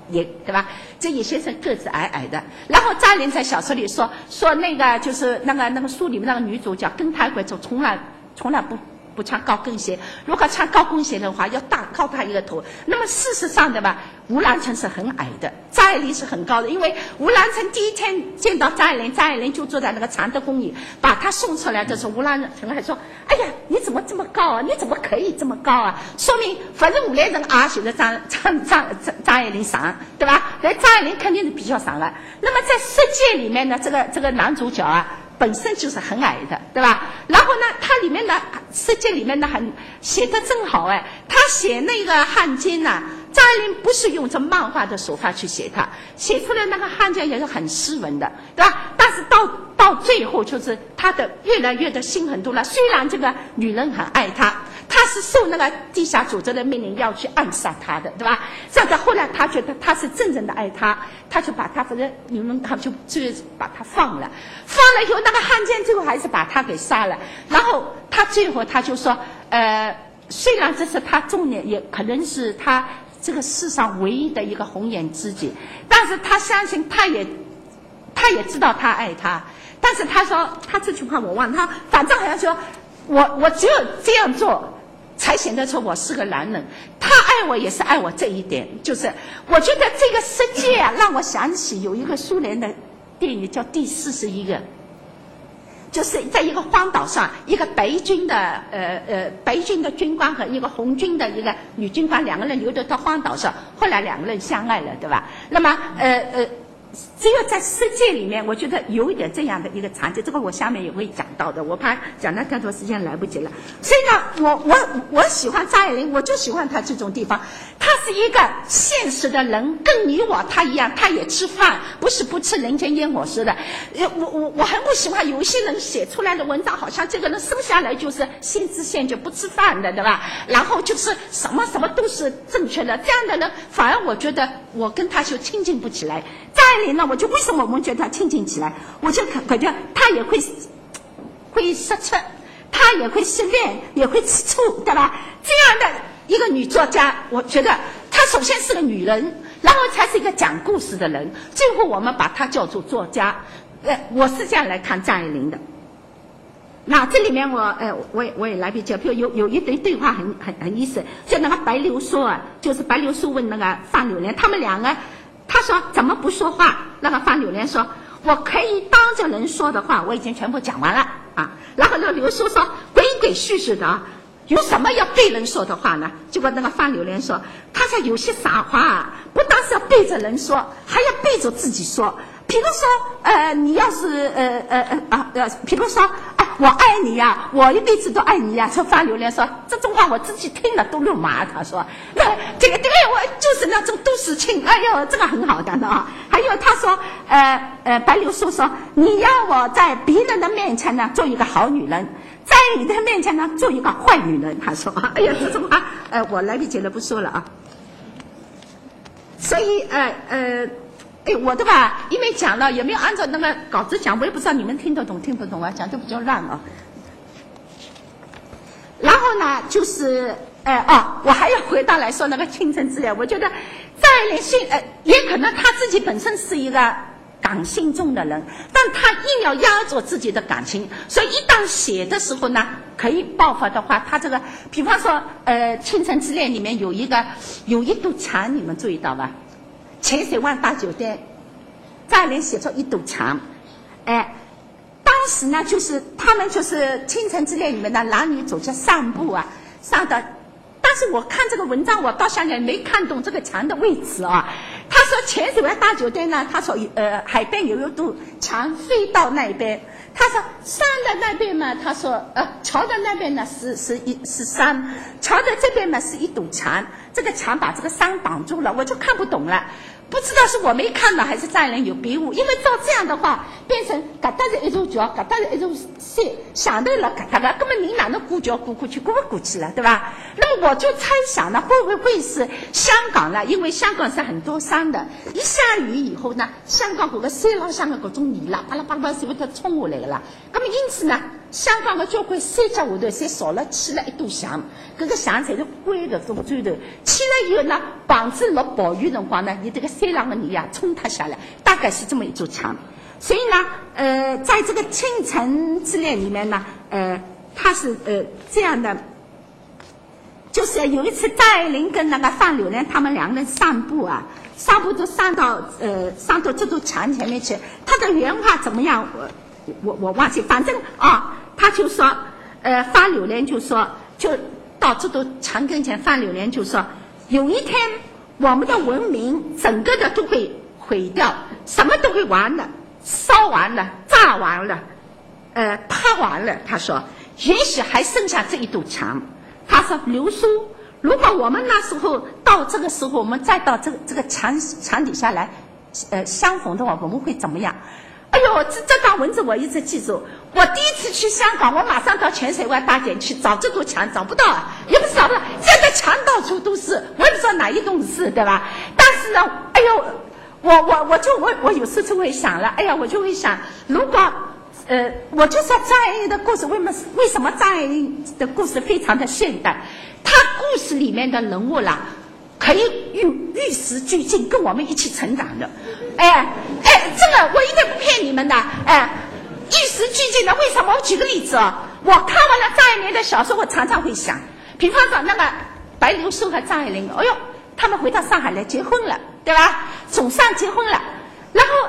也对吧？这叶先生个子矮矮的，然后张爱玲在小说里说那个就是那个书里面那个女主角跟她一块走，从来不穿高跟鞋，如果穿高跟鞋的话要高她一个头。那么事实上的吧，吴兰成是很矮的，张爱玲是很高的，因为吴兰成第一天见到张爱玲就坐在那个常德宫里，把她送出来的时候，吴兰成还说：“哎呀，你怎么这么高啊？你怎么可以这么高啊？”说明反正5类人啊，选择张爱玲上，对吧？那张爱玲肯定是比较上了。那么在世界里面呢，这个男主角啊，本身就是很矮的，对吧？然后呢，他里面的世界里面的写得真好哎，他写那个汉奸呢，张爱玲不是用这漫画的手法去写他，写出来那个汉奸也是很斯文的，对吧？但是到最后就是他的越来越的心狠毒辣，虽然这个女人很爱他，他是受那个地下组织的命令要去暗杀他的，对吧？这个后来他觉得他是真正的爱他，他就把他女人他就把他放了以后，那个汉奸最后还是把他给杀了。然后他最后他就说，虽然这是他中年，也可能是他这个世上唯一的一个红颜知己，但是他相信他也知道他爱他，但是他说他这句话我忘了，他反正好像说我只有这样做才显得出我是个男人，他爱我也是爱我这一点。就是我觉得这个世界啊，让我想起有一个苏联的电影叫《第41个》，就是在一个荒岛上，一个白军的军官和一个红军的一个女军官，两个人流到荒岛上，后来两个人相爱了，对吧？那么只有在世界里面，我觉得有一点这样的一个场景，这个我下面也会讲到的，我怕讲了太多时间来不及了。所以呢，我喜欢张爱玲，我就喜欢她这种地方，她是一个现实的人，跟你我她一样，她也吃饭，不是不吃人间烟火似的。我很不喜欢有一些人写出来的文章，好像这个人生下来就是先知先觉不吃饭的，对吧？然后就是什么都是正确的，这样的人反而我觉得我跟他就亲近不起来。张爱玲呢，我就为什么我们觉得他亲近起来，我就感觉他也会失策，他也会失恋，也会吃醋，对吧？这样的一个女作家，我觉得她首先是个女人，然后才是一个讲故事的人，最后我们把她叫做作家。我是这样来看张爱玲的。那这里面我也来比较，比如有一堆对话很意思，就那个白流苏啊，就是白流苏问那个范柳莲，他们两个，他说怎么不说话？那个范柳莲说，我可以当着人说的话我已经全部讲完了啊。然后那个流苏说，鬼鬼祟祟的啊，有什么要对人说的话呢？结果那个范柳莲说，他说有些傻话啊，不但是要对着人说，还要对着自己说。比如说，你要是比如说，我爱你呀，我一辈子都爱你呀。这范柳莲说，这种话我自己听了都肉麻。他说，那这个我就是那种都市情，哎呦，这个很好的呢。还有他说，白流苏说，你要我在别人的面前呢做一个好女人，在你的面前呢做一个坏女人。他说，哎呀，这种话，我来不及了，不说了啊。所以，我的吧，因为讲了也没有按照那个稿子讲，我也不知道你们听得懂听不懂啊，讲得比较烂啊。然后呢，就是我还要回到来说那个倾城之恋，我觉得张爱玲也可能她自己本身是一个感性重的人，但她硬要压着自己的感情，所以一旦写的时候呢，可以爆发的话，她这个，比方说倾城之恋里面有一堵墙，你们注意到吧？浅水湾大酒店，张爱玲写出一堵墙，当时呢，就是他们就是倾城之恋里面的男女主角散步啊，上的。但是我看这个文章，我到现在没看懂这个墙的位置啊。他说浅水湾大酒店呢，他说海边有一堵墙飞到那边。他说山的那边嘛，他说桥的那边呢是山，桥的这边嘛是一堵墙，这个墙把这个山挡住了，我就看不懂了。不知道是我没看到还是张爱玲有笔误，因为照这样的话变成搿搭是一堵桥，搿搭一座山，上头了搿搭个，根本人哪能过桥过去，过不过去了，对吧？那么我就猜想呢，会不会是香港呢？因为香港是很多山的，一下雨以后呢，香港搿个山浪向的搿种泥啦，巴拉巴拉就会它冲下来个啦。那么因此呢，香港的交关山脚下头侪少了起了一堵墙，搿个墙侪是灰的种砖头，起来以后呢，防止落暴雨辰光呢，你这个山浪的泥啊冲塌下来，大概是这么一座墙。所以呢，在这个倾城之恋里面呢，它是这样的，就是有一次张爱玲跟那个范柳莲他们两个人散步啊，散步就上到这座墙前面去，他的原话怎么样？我忘记，反正他就说，范柳莲就说，就到这座墙跟前，范柳莲就说，有一天我们的文明整个的都会毁掉，什么都会完了。烧完了，炸完了，塌完了。他说，也许还剩下这一堵墙。他说，刘叔，如果我们那时候到这个时候，我们再到这个墙底下来，相逢的话，我们会怎么样？哎呦，这段文字我一直记住。我第一次去香港，我马上到浅水湾大街去找这堵墙，找不到啊，也不是找不到，现在墙到处都是，我也不知道哪一栋是，对吧？但是呢，哎呦。我有时就会想了，哎呀，我就会想，如果我就说张爱玲的故事，为什么张爱玲的故事非常的现代？她故事里面的人物啦，可以与时俱进，跟我们一起成长的。这个我一点不骗你们的，与时俱进的。为什么？我举个例子哦，我看完了张爱玲的小说，我常常会想，比方说那个白流苏和张爱玲，哎呦，他们回到上海来结婚了。对吧？总算结婚了，然后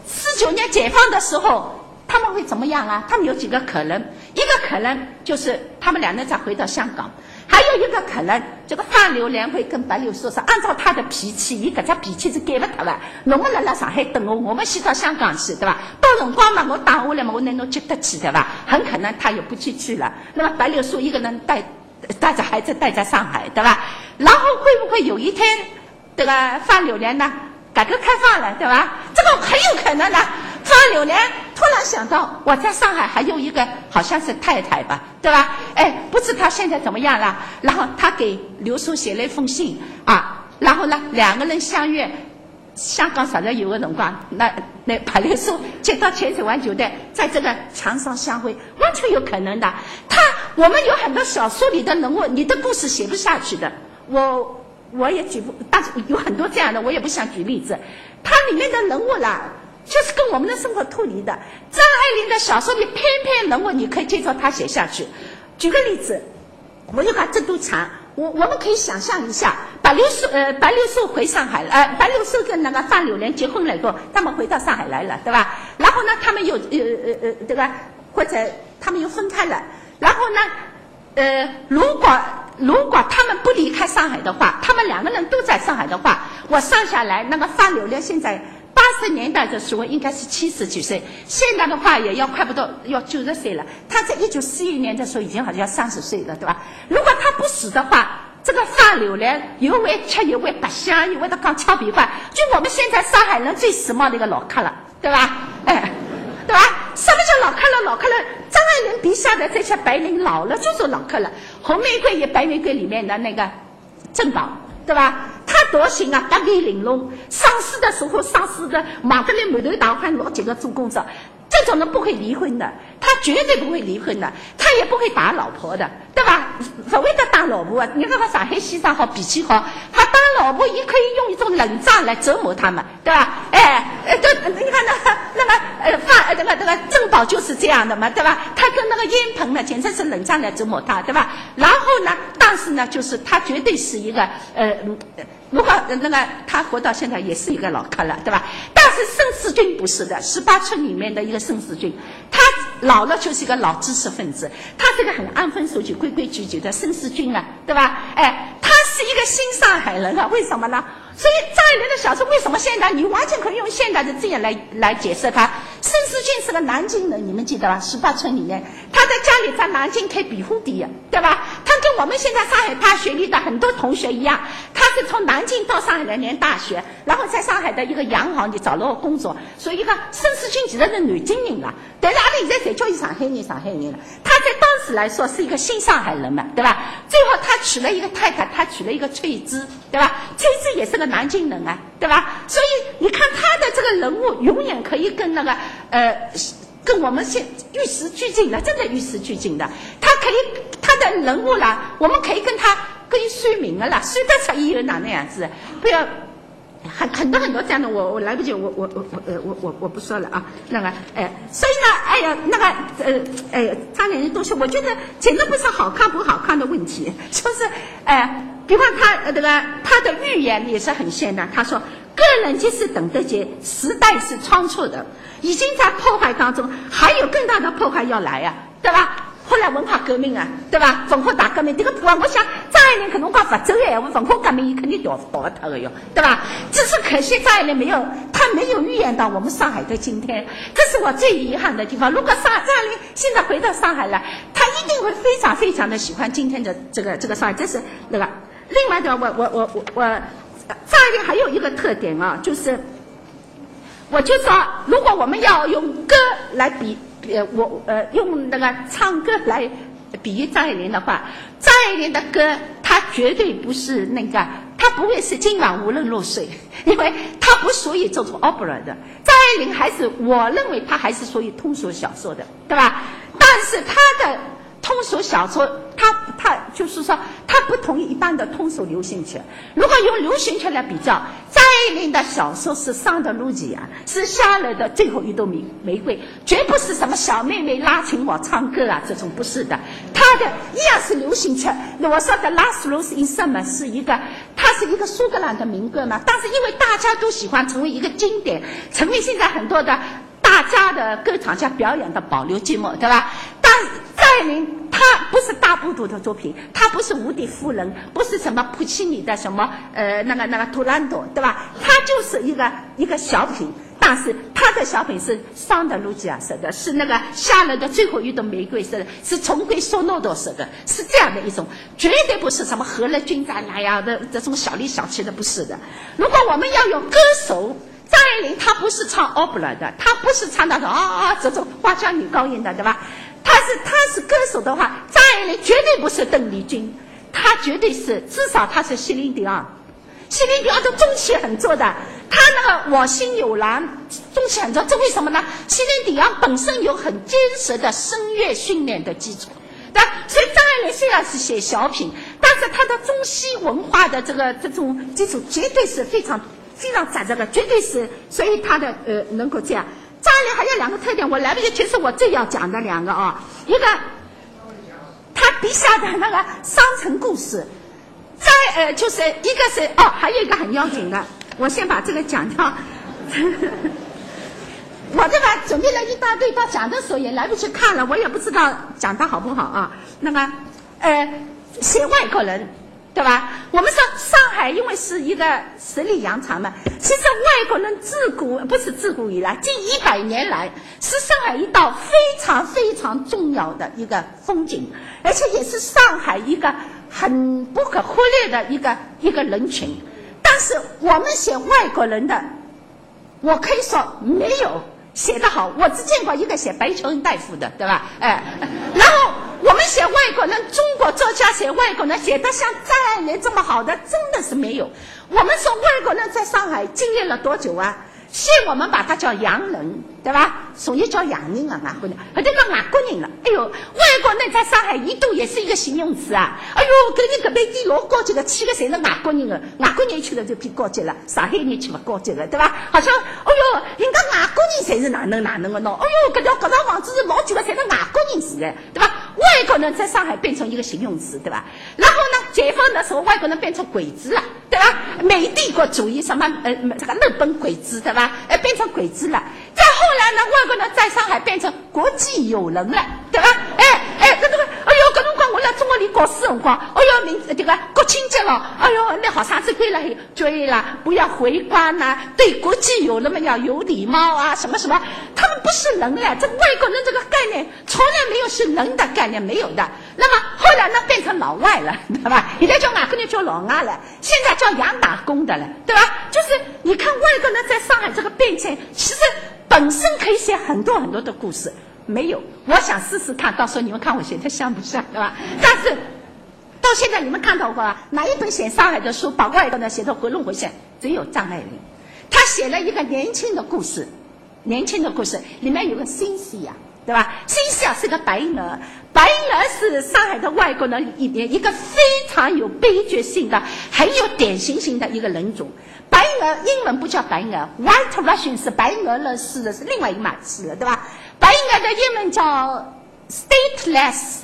49年解放的时候，他们会怎么样啊？他们有几个可能，一个可能就是他们两人再回到香港，还有一个可能，这个范柳莲会跟白流苏说，按照他的脾气，伊搿只脾气是改不脱的，侬们辣上海等我们先到香港去，对吧？到辰光嘛，我打下来嘛，我拿侬接得起，对吧？很可能他也不去了。那么白流苏一个人带着孩子待在上海，对吧？然后会不会有一天？这个范柳莲呢，改革开放了，对吧？这个很有可能的。范柳莲突然想到，我在上海还有一个好像是太太吧，对吧？不知他现在怎么样了。然后他给刘叔写了一封信啊，然后呢，两个人相约，香港实在有个辰光，那把刘叔接到浅水湾酒店，在这个墙上相会，完全有可能的。我们有很多小说里的人物，你的故事写不下去的。我也举不，但是有很多这样的，我也不想举例子。它里面的人物啦，就是跟我们的生活脱离的。张爱玲的小说里，偏偏人物你可以接着她写下去。举个例子，我就把这堵墙，我们可以想象一下，白流苏回上海了，白流苏跟那个范柳莲结婚了以后，他们回到上海来了，对吧？然后呢，他们又这个或者他们又分开了，然后呢，如果他们不离开上海的话，他们两个人都在上海的话，我算下来，那个范柳莲现在80年代的时候应该是70几岁，现在的话也要快不到要90岁了。他在1941年的时候已经好像30岁了，对吧？如果他不死的话，这个范柳莲又会吃又会白相又会得讲俏皮话，就我们现在上海人最时髦的一个老客了，对吧？对吧？什么叫老客了？老客了，张爱玲笔下的这些白领老了就是老客了。红玫瑰与白玫瑰里面的那个郑宝，对吧？他多行啊，八面玲珑，上市的时候上市的忙得来满头大汗，老几个做工作，这种人不会离婚的，他绝对不会离婚的，他也不会打老婆的，对吧？所谓的打老婆啊，你看看上海先生好，脾气好，他打老婆也可以用一种冷战来折磨他们，对吧？你看那个郑宝就是这样的嘛，对吧？他跟那个烟盆呢，简直是冷战来折磨他，对吧？然后呢，但是呢，就是他绝对是一个如果那个他活到现在也是一个老客了，对吧？但是盛世军不是的，18村里面的一个盛世军，他老了就是一个老知识分子，他是个很安分守己、规规矩矩的盛世军啊，对吧？他是一个新上海人啊，为什么呢？所以张爱玲的小说为什么现代？你完全可以用现代的字眼来解释它。盛世军是个南京人，你们记得吧？18村里面，他在家里在南京开庇护店，对吧？他跟我们现在上海大学里的很多同学一样，他是从南京到上海来念大学，然后在上海的一个洋行里找了个工作，所以一个申世军其实是南京人了，但是阿拉现在才叫伊上海人了。他在当时来说是一个新上海人嘛，对吧？最后他娶了一个太太，他娶了一个翠芝，对吧？翠芝也是个南京人啊，对吧？所以你看他的这个人物永远可以跟那个跟我们现与时俱进的，真的与时俱进的。他的人物啦，我们可以跟他可以算命的啦，算得出以后哪能样子，不要很多这样的，我来不及，我不说了啊。那个所以呢，哎呀，那个这样的东西，我觉得简直不是好看不好看的问题，就是比方他的预言也是很现代，他说个人即使等得及，时代是仓促的，已经在破坏当中，还有更大的破坏要来呀，对吧？后来文化革命啊，对吧？文化大革命这个破坏，我想张爱玲可能讲不走哎，文化革命肯定逃不脱的哟，对吧？只是可惜张爱玲没有预言到我们上海的今天，这是我最遗憾的地方。如果张爱玲现在回到上海来，她一定会非常非常的喜欢今天的这个上海。这是那个另外的，张爱玲还有一个特点啊，就是我就说，如果我们要用歌来比。用那个唱歌来比喻张爱玲的话，张爱玲的歌她绝对不是那个，她不会是今晚无人入睡，因为她不属于这种 opera 的。张爱玲我认为她还是属于通俗小说的，对吧？但是她的通俗小说，她就是说，她不同于一般的通俗流行曲。如果用流行曲来比较，张爱玲的小说是桑德鲁吉啊，是夏勒的最后一朵玫瑰，绝不是什么小妹妹拉琴我唱歌啊，这种不是的。她的一样是流行曲。我说的《Last Rose in Summer》它是一个苏格兰的民歌嘛，但是因为大家都喜欢，成为一个经典，成为现在很多的大家的歌唱家表演的保留节目，对吧？但张爱玲她不是大部头的作品，她不是无敌夫人，不是什么普契尼的什么那个图兰朵，对吧？她就是一个小品，但是她的小品是桑德鲁吉亚写的，是那个夏勒的最后一朵玫瑰写的，是重归索诺多写的，是这样的一种，绝对不是什么和乐君再来呀的这种小里小气的，不是的。如果我们要用歌手，张爱玲她不是唱 opera 的，她不是唱那种这种花腔女高音的，对吧？她是歌手的话，张爱玲绝对不是邓丽君，她绝对是，至少她是席琳迪昂。席琳迪昂的中气很做的，她那个我心有蓝中气很做，这为什么呢？席琳迪昂本身有很坚实的声乐训练的基础，对吧？所以张爱玲虽然是写小品，但是她的中西文化的这种基础绝对是非常非常窄，这个绝对是，所以她的能够这样。张爱玲还有两个特点，我来不及，其实我最要讲的两个啊，一个她笔下的那个双城故事，就是一个是还有一个很要紧的，我先把这个讲掉。我这个准备了一大堆，到讲的时候也来不及看了，我也不知道讲的好不好啊。那个写外国人，对吧？我们说上海因为是一个十里洋场嘛，其实外国人不是自古以来，近100年来是上海一道非常非常重要的一个风景，而且也是上海一个很不可忽略的一个人群。但是我们写外国人的，我可以说没有写得好，我只见过一个写白求恩大夫的，对吧？然后我们写外国人，中国作家写外国人写得像张爱玲这么好的，真的是没有。我们说外国人在上海经历了多久啊？先我们把它叫洋人，对吧？所以叫洋人啊，外国人，后头叫外国人了。哎呦，外国人在上海一度也是一个形容词啊。哎呦，跟你搿边地老高级的，去的侪是外国人的，外国人去了就变高级了，上海人去不高级了，对吧？好像，哎呦，人家外国人才是哪能的喏。哎呦，搿套房子是老旧的，侪是外国人住的，对吧？外国人在上海变成一个形容词，对吧？然后呢，解放的时候，外国人变成鬼子了，对吧？美帝国主义什么这个日本鬼子，对吧？变成鬼子了。再后来呢，外国人在上海变成国际友人了，对吧？这个，哎呦，搿辰光我来中国里搞事辰光，哎呦，这个国庆节了，哎呦，那学生子归了，注意啦，不要回关呐，对国际友人们要有礼貌啊，什么什么，他们不是人了，这外国人这个概念从来没有是人的概念，没有的。那么后来了，那变成老外了，对吧？现在叫外国人叫老外了，现在叫洋打工的了，对吧？就是你看外国人在上海这个变迁，其实本身可以写很多很多的故事，没有。我想试试看，到时候你们看我写的像不像，对吧？但是到现在你们看到过哪一本写上海的书把外国人写得活龙活现？只有张爱玲，她写了一个年轻的故事，年轻的故事里面有个辛西娅，对吧？辛西娅是个白鹅，白鹅是上海的外国人里面一个非常有悲剧性的、很有典型性的一个人种。白鹅英文不叫白鹅 ，White Russian 是白俄罗斯的，是另外一码事了，对吧？白鹅的英文叫 stateless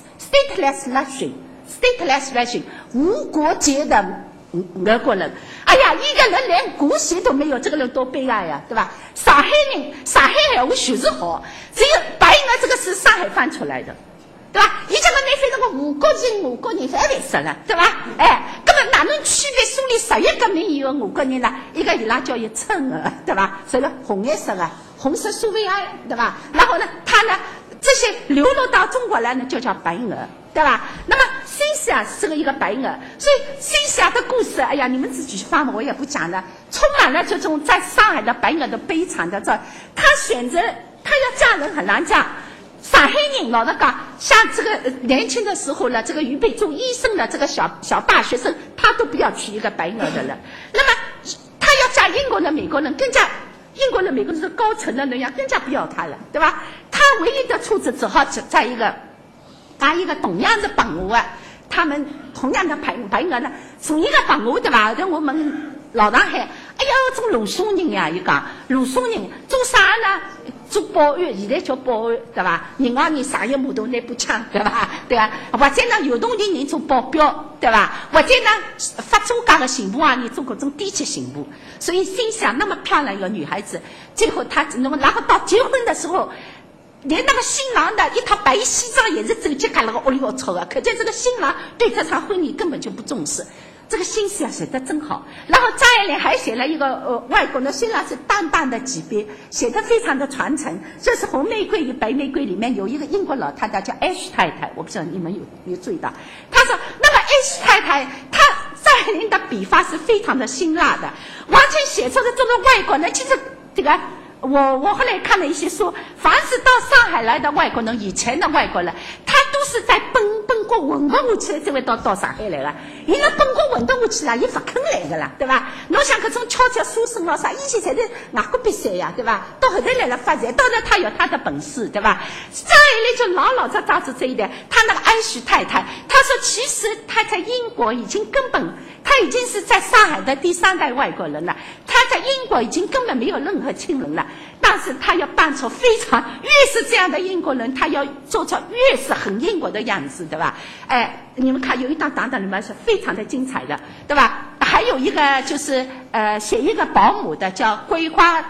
Russian， 无国籍的俄国人。哎呀，一个人连国籍都没有，这个人多悲哀呀，对吧？上海人，上海闲话就是好，只有白鹅这个是上海翻出来的，对吧？伊讲个你非那个吴国人翻为什了，对吧？哎，那么哪能区别苏联11革命以后吴国人呢？一个伊拉叫伊春鹅，对吧？是个红颜色的，红色苏维埃，对吧？然后呢，他呢这些流落到中国来呢，就叫白鹅，对吧？那么辛西娅是一个白鹅，所以辛西娅的故事，哎呀，你们自己去翻嘛，我也不讲了，充满了这种在上海的白鹅的悲惨的这，她选择她要嫁人很难嫁。上海人老实讲，像这个年轻的时候呢，这个预备做医生的这个小大学生，他都不要娶一个白鹅的人。那么他要嫁英国人、美国人，更加英国人、美国人是高层的人呀，更加不要他了，对吧？他唯一的处置只好在一个同样的朋友啊，他们同样的白鹅呢，从一个朋友对吧？我们老上海，哎呀，这个鲁松人呀，伊讲鲁松人做啥呢？做保安，现在叫保安，对吧？银行人啥也木头拿把枪，对吧？对吧？或者呢，有动的人做保镖，对吧？或者呢，发租界的刑部啊，你做各种低级刑部。所以心想，那么漂亮一个女孩子，最后她然后到结婚的时候，连那个新郎的一套白西装也是走进看那个屋里吵的，可见这个新郎对这场婚礼根本就不重视。这个心思啊写得真好，然后张爱玲还写了一个外国的，虽然是淡淡的几笔，写得非常的传承。这是《红玫瑰与白玫瑰》里面有一个英国老太太叫 H 太太，我不知道你们有注意到。她说，那么 H 太太，她张爱玲的笔法是非常的辛辣的，完全写出的这个外国人，其实这个。我后来看了一些书，凡是到上海来的外国人，以前的外国人，他都是在奔过混过去了，才会到上海来了。伊拉奔过混过去了，伊不肯来的啦，对吧？侬想搿种悄悄书生咯啥，以前侪是外国比赛呀，对吧？到后头来了发财，当然他有他的本事，对吧？张爱玲就老实抓住这一点。他那个安许太太，他说其实他在英国已经根本，他已经是在上海的第3代外国人了，他在英国已经根本没有任何亲人了。但是他要扮出非常，越是这样的英国人，他要做出越是很英国的样子，对吧？哎，你们看有一档档里面是非常的精彩的，对吧？还有一个就是写一个保姆的叫桂花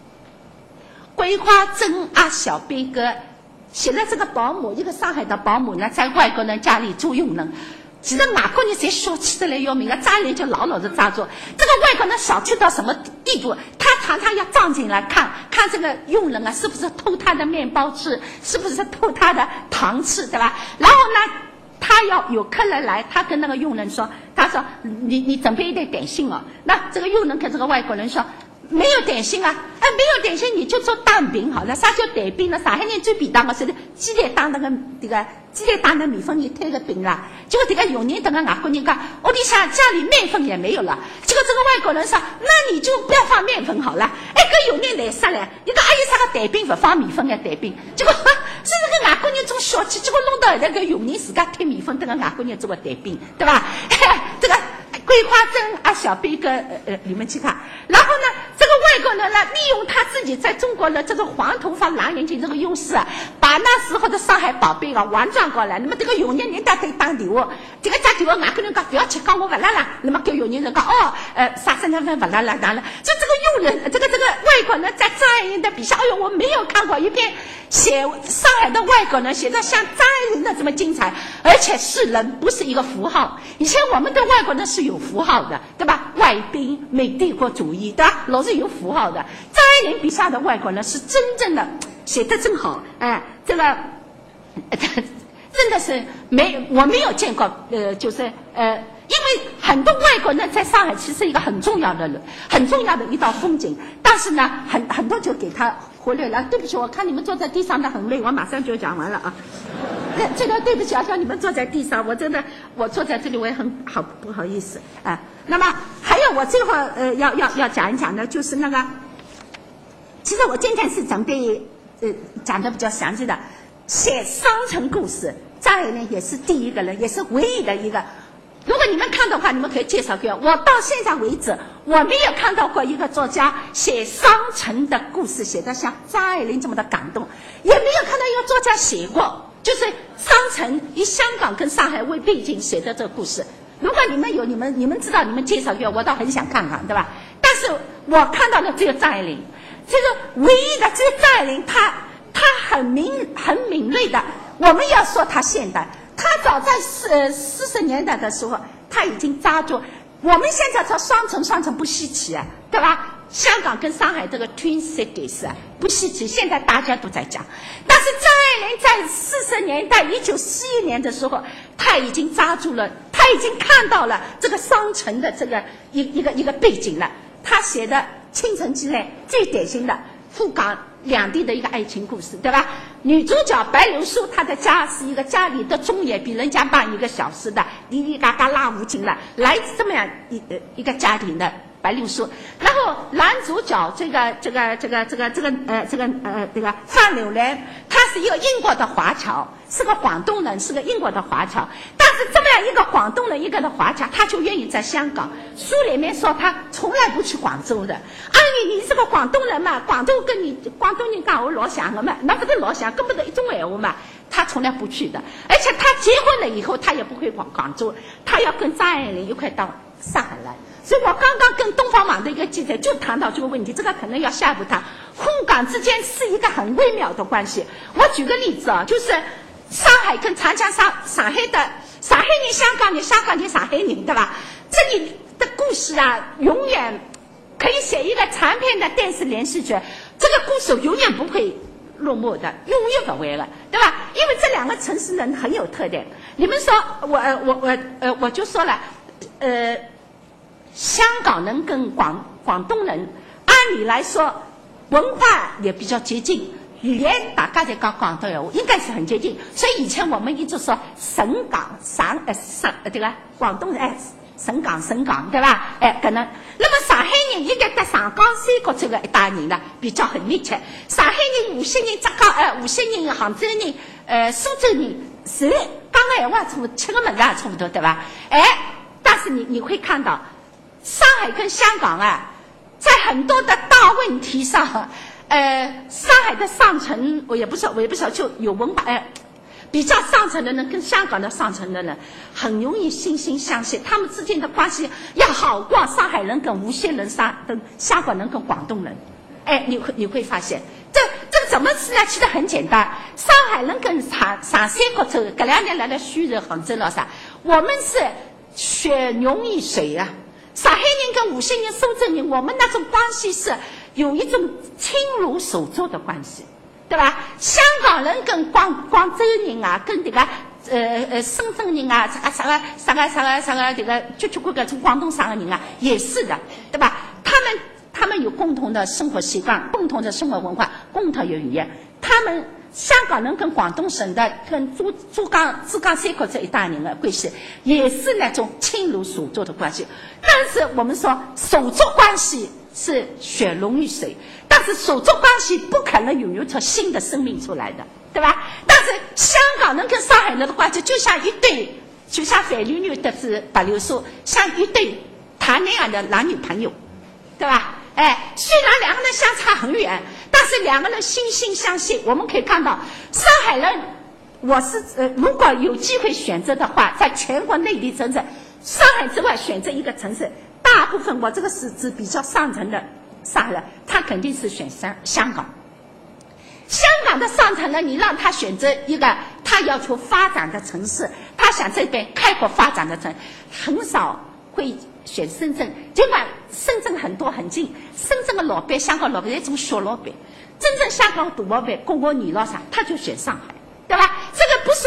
珍啊小悲歌，写了这个保姆，一个上海的保姆呢，在外国人家里做佣人。其实外国人才小气得来要命啊！张爱玲就老实抓住这个外国人小气到什么地步？他常常要撞进来看这个佣人啊，是不是偷他的面包吃，是不是偷他的糖吃，对吧？然后呢，他要有客人来，他跟那个佣人说，他说你准备一点点心哦。那这个佣人跟这个外国人说。没有点心啊，没有点心你就做蛋饼好了。啥叫蛋饼呢？上海人最便当的是鸡蛋打那个鸡蛋打那米粉，你推个饼啦。结果这个佣人等个外国人讲，我里想家里面粉也没有了。结果这个外国人说，那你就不要放面粉好了。搿佣人来杀来，你讲有啥个蛋饼不放米粉的蛋饼？结果是这个外国人做小气，结果弄到那个佣人自家推米粉，等个外国人做个蛋饼，对吧？这个桂花珍啊小悲歌你们去看。然后呢，这个外国人呢，利用他自己在中国的这个黄头发蓝眼睛这个优势啊，把那时候的上海宝贝啊玩转过来。那么这个佣人家可以打电话，这个打电话外国人讲不要去，讲我不来了。那么跟佣人讲啥时间份不来了，当然，就这个佣人，这个外国人在张爱玲的笔下，哎呦，我没有看过一篇写上海的外国人写的像张爱玲的这么精彩，而且是人，不是一个符号。以前我们的外国人是有符号的，对吧？外宾、美帝国主义，对吧？老是有符号的。张爱玲笔下的外国人是真正的写得真好，这个真的是我没有见过，就是因为很多外国人在上海其实一个很重要的一道风景，但是呢，很多就给他忽略了。对不起，我看你们坐在地上的很累，我马上就讲完了啊。这个对不起啊，叫你们坐在地上，我坐在这里我也很不好意思啊。那么还有我这会儿要讲一讲的，就是那个，其实我今天是准备讲的比较详细的，写双城故事，张爱玲也是第一个人，也是唯一的一个。如果你们看的话，你们可以介绍给我。我到现在为止，我没有看到过一个作家写双城的故事写得像张爱玲这么的感动，也没有看到一个作家写过，就是双城以香港跟上海为背景写的这个故事。如果你们有你们知道，你们介绍给我，我倒很想看看，对吧？但是我看到的只有张爱玲，这个唯一的只有张爱玲，她很敏锐的。我们要说她现代。他早在40年代的时候，他已经抓住。我们现在说双城不稀奇啊，对吧？香港跟上海这个 Twin Cities 啊，不稀奇，现在大家都在讲。但是张爱玲在40年代1941年的时候，他已经抓住了，他已经看到了这个双城的这个一个背景了。他写的《倾城之恋》最典型的沪港两地的一个爱情故事，对吧？女主角白流苏，她的家是一个家里的中野，比人家慢1个小时的，哩哩嘎嘎拉无尽了，来自这么样一个家庭的白流苏。然后男主角这个范柳莲，他是一个英国的华侨，是个广东人，是个英国的华侨。但是这么样一个广东人，一个的华侨，他就愿意在香港。书里面说他从来不去广州的。按理你是个广东人嘛，广东跟你广东人讲我老乡了嘛，那不是老乡，根本的一种闲话嘛。他从来不去的，而且他结婚了以后，他也不回广州，他要跟张爱玲一块到上海来。所以我刚刚跟东方网的一个记者就谈到这个问题，这个可能要下一步谈。沪港之间是一个很微妙的关系。我举个例子啊，就是上海跟长江上海人香港人，香港人上海人，对吧？这里的故事啊，永远可以写一个长篇的电视连续剧，这个故事永远不会落幕的，永远不会了，对吧？因为这两个城市人很有特点。你们说我就说了，香港人跟广东人，按理来说文化也比较接近，语言大家在讲广东话，应该是很接近。所以以前我们一直说省港这个广东人省港，对吧？可能。那么上海人应该跟上港3角这个一代人呢比较很密切。上海人、无锡人、无锡人、杭州人、苏州人是讲的闲话差不多，7个门啊差不多，对吧？但是你会看到，上海跟香港啊，在很多的大问题上，上海的上层我也不晓得就有文化比较上层的人跟香港的上层的人很容易惺惺相惜，他们之间的关系要好过上海人跟无锡人、跟香港人跟广东人。你会发现，这个怎么是呢？其实很简单，上海人跟上3角洲这2年来的虚热杭州了啥，我们是血浓于水啊。上海人跟无锡人、苏州人，我们那种关系是有一种亲如手足的关系。对吧？香港人跟广州人啊，跟这个深圳人啊，啥个这个从广东上的人啊，也是的，对吧？他们有共同的生活习惯，共同的生活文化，共同的语言。他们香港人跟广东省的跟珠江3角这一代人的关系，也是那种亲如手足的关系。但是我们说手足关系是血浓于水，但是手足关系不可能孕育出新的生命出来的，对吧？但是香港人跟上海人的关系就像一对，就像范柳莲的是白流苏，像一对谈恋爱的男女朋友，对吧？虽然两个人相差很远，但是两个人惺惺相惜。我们可以看到，上海人，我是如果有机会选择的话，在全国内地城市，上海之外选择一个城市，大部分我这个是指比较上层的上海人，他肯定是选香港。香港的上层人，你让他选择一个他要求发展的城市，他想这边开阔发展的城市，很少会选深圳。尽管深圳很多很近，深圳的老板、香港老板一种小老板，真正香港大老板、公务员了啥，他就选上海，对吧？这个不是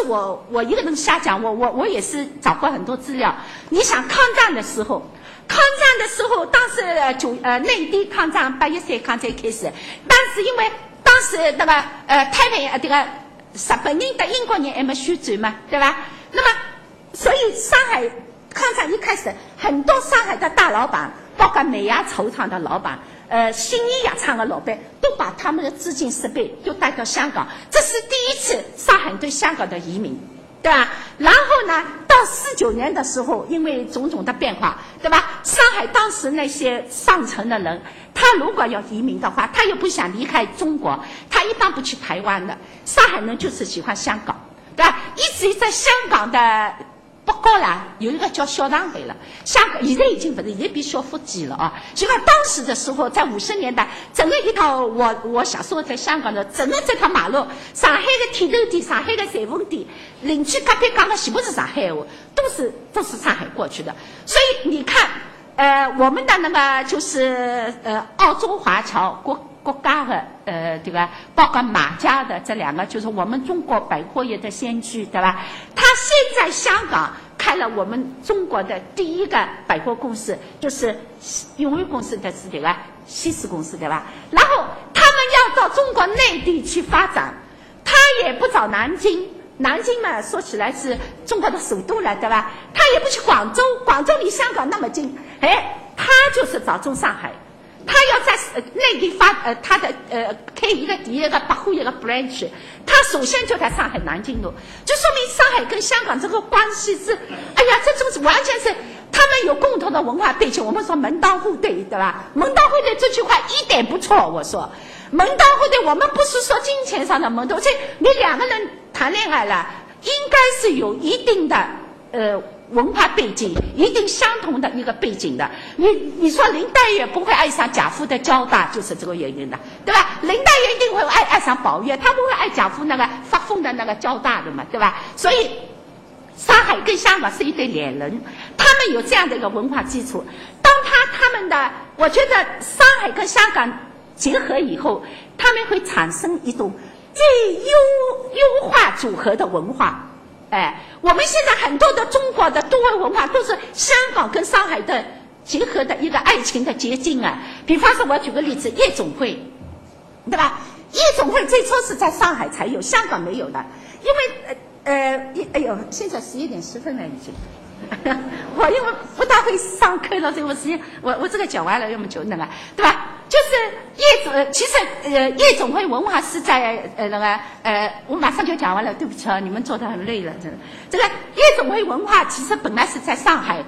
我一个人瞎讲，我也是找过很多资料。你想抗战的时候，当时内地抗战813抗战开始，但是因为当时那个太平洋这个日本人和英国人还没宣战嘛，对吧？那么所以上海抗战一开始，很多上海的大老板，包括美亚绸厂的老板。新一药厂的老板都把他们的资金设备都带到香港，这是第一次上海对香港的移民，对吧？然后呢，到49年的时候，因为种种的变化，对吧？上海当时那些上层的人，他如果要移民的话，他又不想离开中国，他一般不去台湾的。上海人就是喜欢香港，对吧？一直在香港的北角啦，有一个叫小上海了。香港现在已经不是，也比小福建了啊。所以讲当时的时候，在50年代，整个一套我小时候在香港的整个这条马路，上海的铁头店、上海的裁缝店，邻居隔壁讲的全部是上海话，都是上海过去的。所以你看，我们的那个就是澳洲华侨国家的这个包括马家的这两个，就是我们中国百货业的先驱，对吧？他现在香港开了我们中国的第一个百货公司，就是永威公司的是这个西施公司，对吧？然后他们要到中国内地去发展，他也不找南京。南京嘛，说起来是中国的首都了，对吧？他也不去广州，广州离香港那么近，他就是找中上海。他要在内地他的开一个第一个百货一个 branch， 他首先就在上海南京路，就说明上海跟香港这个关系是，哎呀，这种是完全是他们有共同的文化背景。我们说门当户对，对吧？门当户对这句话一点不错，我说门当户对，我们不是说金钱上的门当户对，你两个人谈恋爱了，应该是有一定的文化背景，一定相同的一个背景的。你说林黛玉不会爱上贾府的交大，就是这个原因的，对吧？林黛玉一定会爱上宝玉，他不会爱贾府那个发疯的那个交大的嘛，对吧？所以上海跟香港是一对恋人，他们有这样的一个文化基础。当他们的，我觉得上海跟香港结合以后，他们会产生一种最优化组合的文化。我们现在很多的中国的多元文化都是香港跟上海的结合的一个爱情的结晶啊。比方说，我举个例子，夜总会，对吧？夜总会最初是在上海才有，香港没有的，因为现在11点10分了已经。我因为不大会上课了，所以我时间我这个讲完了，要么就那个，对吧？就是其实夜总会文化是在我马上就讲完了，对不起啊，你们做得很累了，真的。这个夜总会文化其实本来是在上海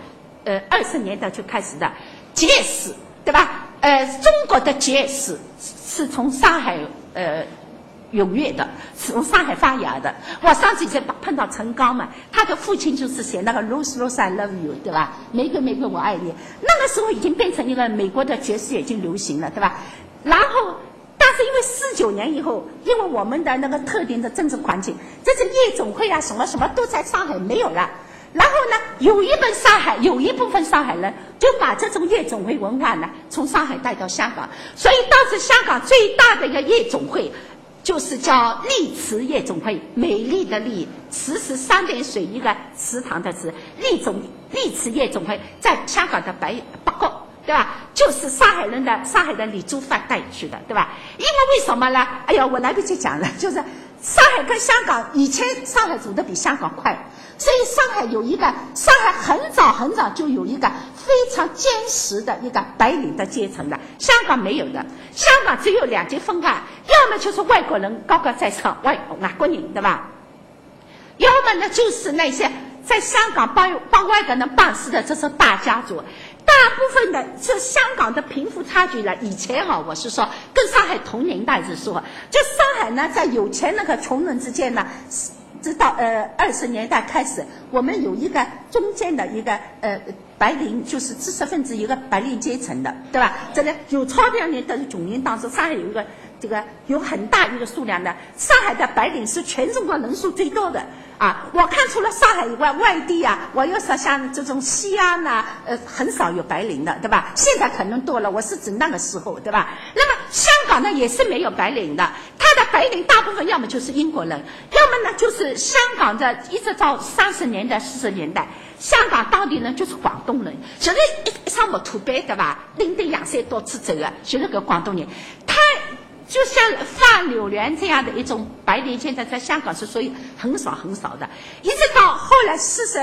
20年代就开始的，爵士，对吧？中国的爵士是从上海踊跃的，从上海发芽的。我上次在碰到陈刚嘛，他的父亲就是写那个 Rose Rose I Love You， 对吧？玫瑰玫瑰我爱你。那个时候已经变成一个美国的爵士已经流行了，对吧？然后，但是因为49年以后，因为我们的那个特定的政治环境，这些夜总会啊什么什么都在上海没有了。然后呢，有一部分上海人就把这种夜总会文化呢从上海带到香港，所以当时香港最大的一个夜总会就是叫丽池夜总会，美丽的丽，池是3点水一个池塘的池，丽池夜总会在香港的北角，对吧？就是上海的李珠发带去的，对吧？因为什么呢？哎呀，我来不及讲了，就是上海跟香港以前上海走得比香港快，所以上海很早就有一个非常坚实的一个白领的阶层的，香港没有的。香港只有2极分化，要么就是外国人高高在上外国人，对吧？要么呢就是那些在香港帮外国人办事的这些大家族。大部分的这香港的贫富差距呢，以前我是说跟上海同年代是说，就上海呢在有钱人和穷人之间呢，直到20年代开始，我们有一个中间的一个白领，就是知识分子一个白领阶层的，对吧？这个有钞票人都是穷人，当时上海有一个这个有很大一个数量的，上海的白领是全中国人数最多的啊！我看除了上海以外，外地啊，我要说像这种西安很少有白领的，对吧？现在可能多了，我是指那个时候，对吧？那么香港呢也是没有白领的，他的白领大部分要么就是英国人，要么呢就是香港的，一直到30年代40年代，香港当地人就是广东人，就是一上木土板对吧，拎着洋伞到处走的，就是个广东人，他就像范柳莲这样的一种白领，现在在香港是属于很少很少的。一直到后来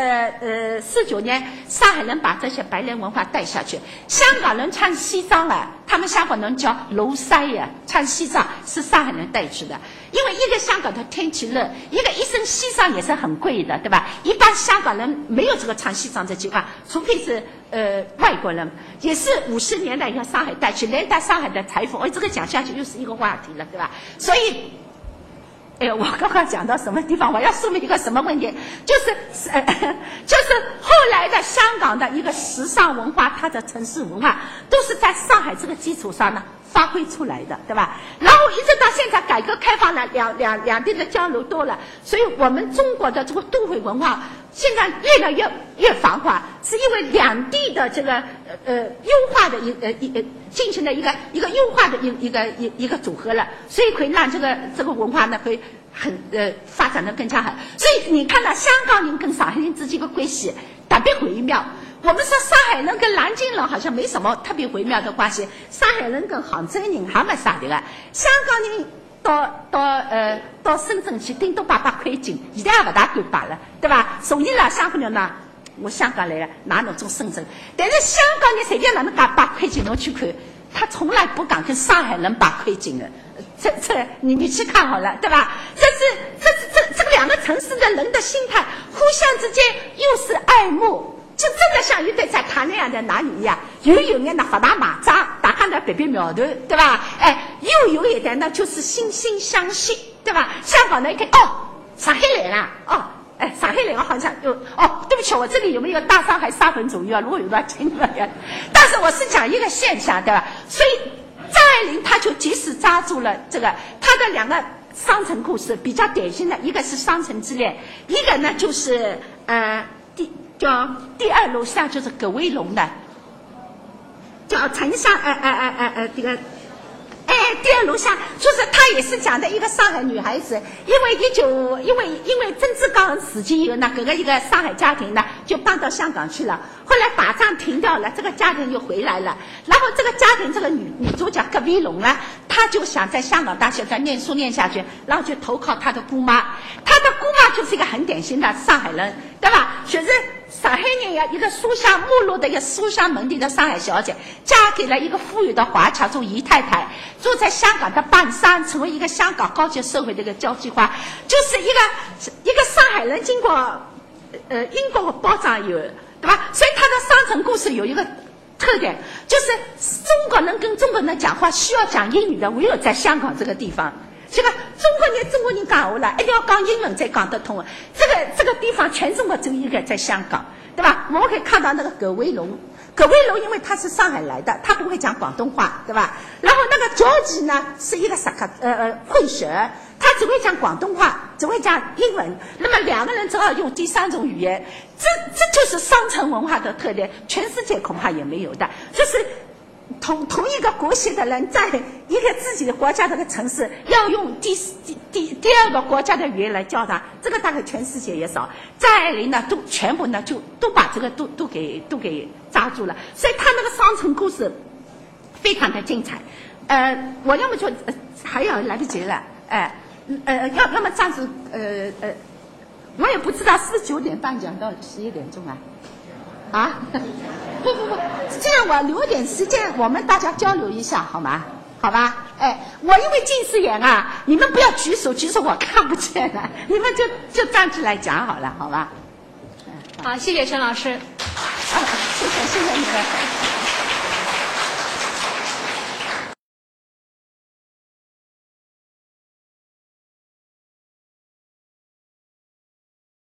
49年，上海人把这些白领文化带下去。香港人穿西装啊，他们香港人叫娄腮呀，穿西装是上海人带去的。因为一个香港的天气热，一身西装也是很贵的，对吧？一般香港人没有这个穿西装的习惯，除非是外国人。也是50年代由上海带去，连带上海的财富，这个讲下去又是一个话题了，对吧？所以我刚刚讲到什么地方？我要说明一个什么问题？就是后来的香港的一个时尚文化，它的城市文化都是在上海这个基础上呢发挥出来的，对吧？然后一直到现在改革开放了，两地的交流多了，所以我们中国的这个都会文化现在越来越繁华，是因为两地的这个优化的进行了一个优化的一个组合了，所以会让这个文化呢会发展的更加好。所以你看到香港人跟上海人之间的关系特别微妙。我们说上海人跟南京人好像没什么特别微妙的关系，上海人跟杭州人还没啥的个，香港人到深圳去顶多把块钱，现在也不大敢把了，对吧？所以呢，香港人呢，我香港来的，哪能做深圳？但是香港人随便哪能把块钱侬去看，他从来不敢跟上海人把块钱的。这你去看好了，对吧？这个两个城市的人的心态，互相之间又是爱慕。就真的像一对在谈恋爱的男女一样，又有眼那发大马扎，大家的别别苗头，对吧？又有一点呢，就是惺惺相惜，对吧？香港人一看，上海来了，上海来了好像对不起，我这里有没有大上海沙粉主义啊？如果有的请了呀。但是我是讲一个现象，对吧？所以张爱玲她就及时抓住了这个，她的两个双城故事比较典型的，一个是双城之恋，一个呢就是叫第二楼下就是葛威龙的，叫城下这个第二楼下就是他也是讲的一个上海女孩子，因为曾志刚死期以后呢，一个上海家庭呢就搬到香港去了，后来打仗停掉了，这个家庭就回来了，然后这个家庭这个女主角葛威龙呢，她就想在香港大学再念书念下去，然后就投靠她的姑妈，她的姑妈就是一个很典型的上海人，对吧？就是上海人呀，一个书香没落的一个书香门第的上海小姐，嫁给了一个富裕的华侨做姨太太，住在香港的半山，成为一个香港高级社会的一个交际花，就是一个上海人经过英国包装以后，对吧？所以他的双城故事有一个特点，就是中国人跟中国人讲话需要讲英语的，唯有在香港这个地方。这个中国人讲话了，一定要讲英文才讲得通。这个地方全中国只有一个在香港，对吧？我们可以看到那个葛威龙，因为他是上海来的，他不会讲广东话，对吧？然后那个乔吉呢是一个混血，他只会讲广东话，只会讲英文。那么两个人只好用第三种语言，这就是双城文化的特点，全世界恐怕也没有的，就是同一个国籍的人在一个自己的国家这个城市要用第二个国家的语言来交谈，这个大概全世界也少。张爱玲呢都全部呢都把这个都给抓住了，所以他那个双城故事非常的精彩。我要么就还要来不及了，要么这样子我也不知道是不是9点半讲到11点钟啊？不，这样我留点时间，我们大家交流一下好吗？好吧？我因为近视眼啊，你们不要举手我看不见了，你们就站起来讲好了，好吧？ 好，谢谢沈老师。 谢谢你们。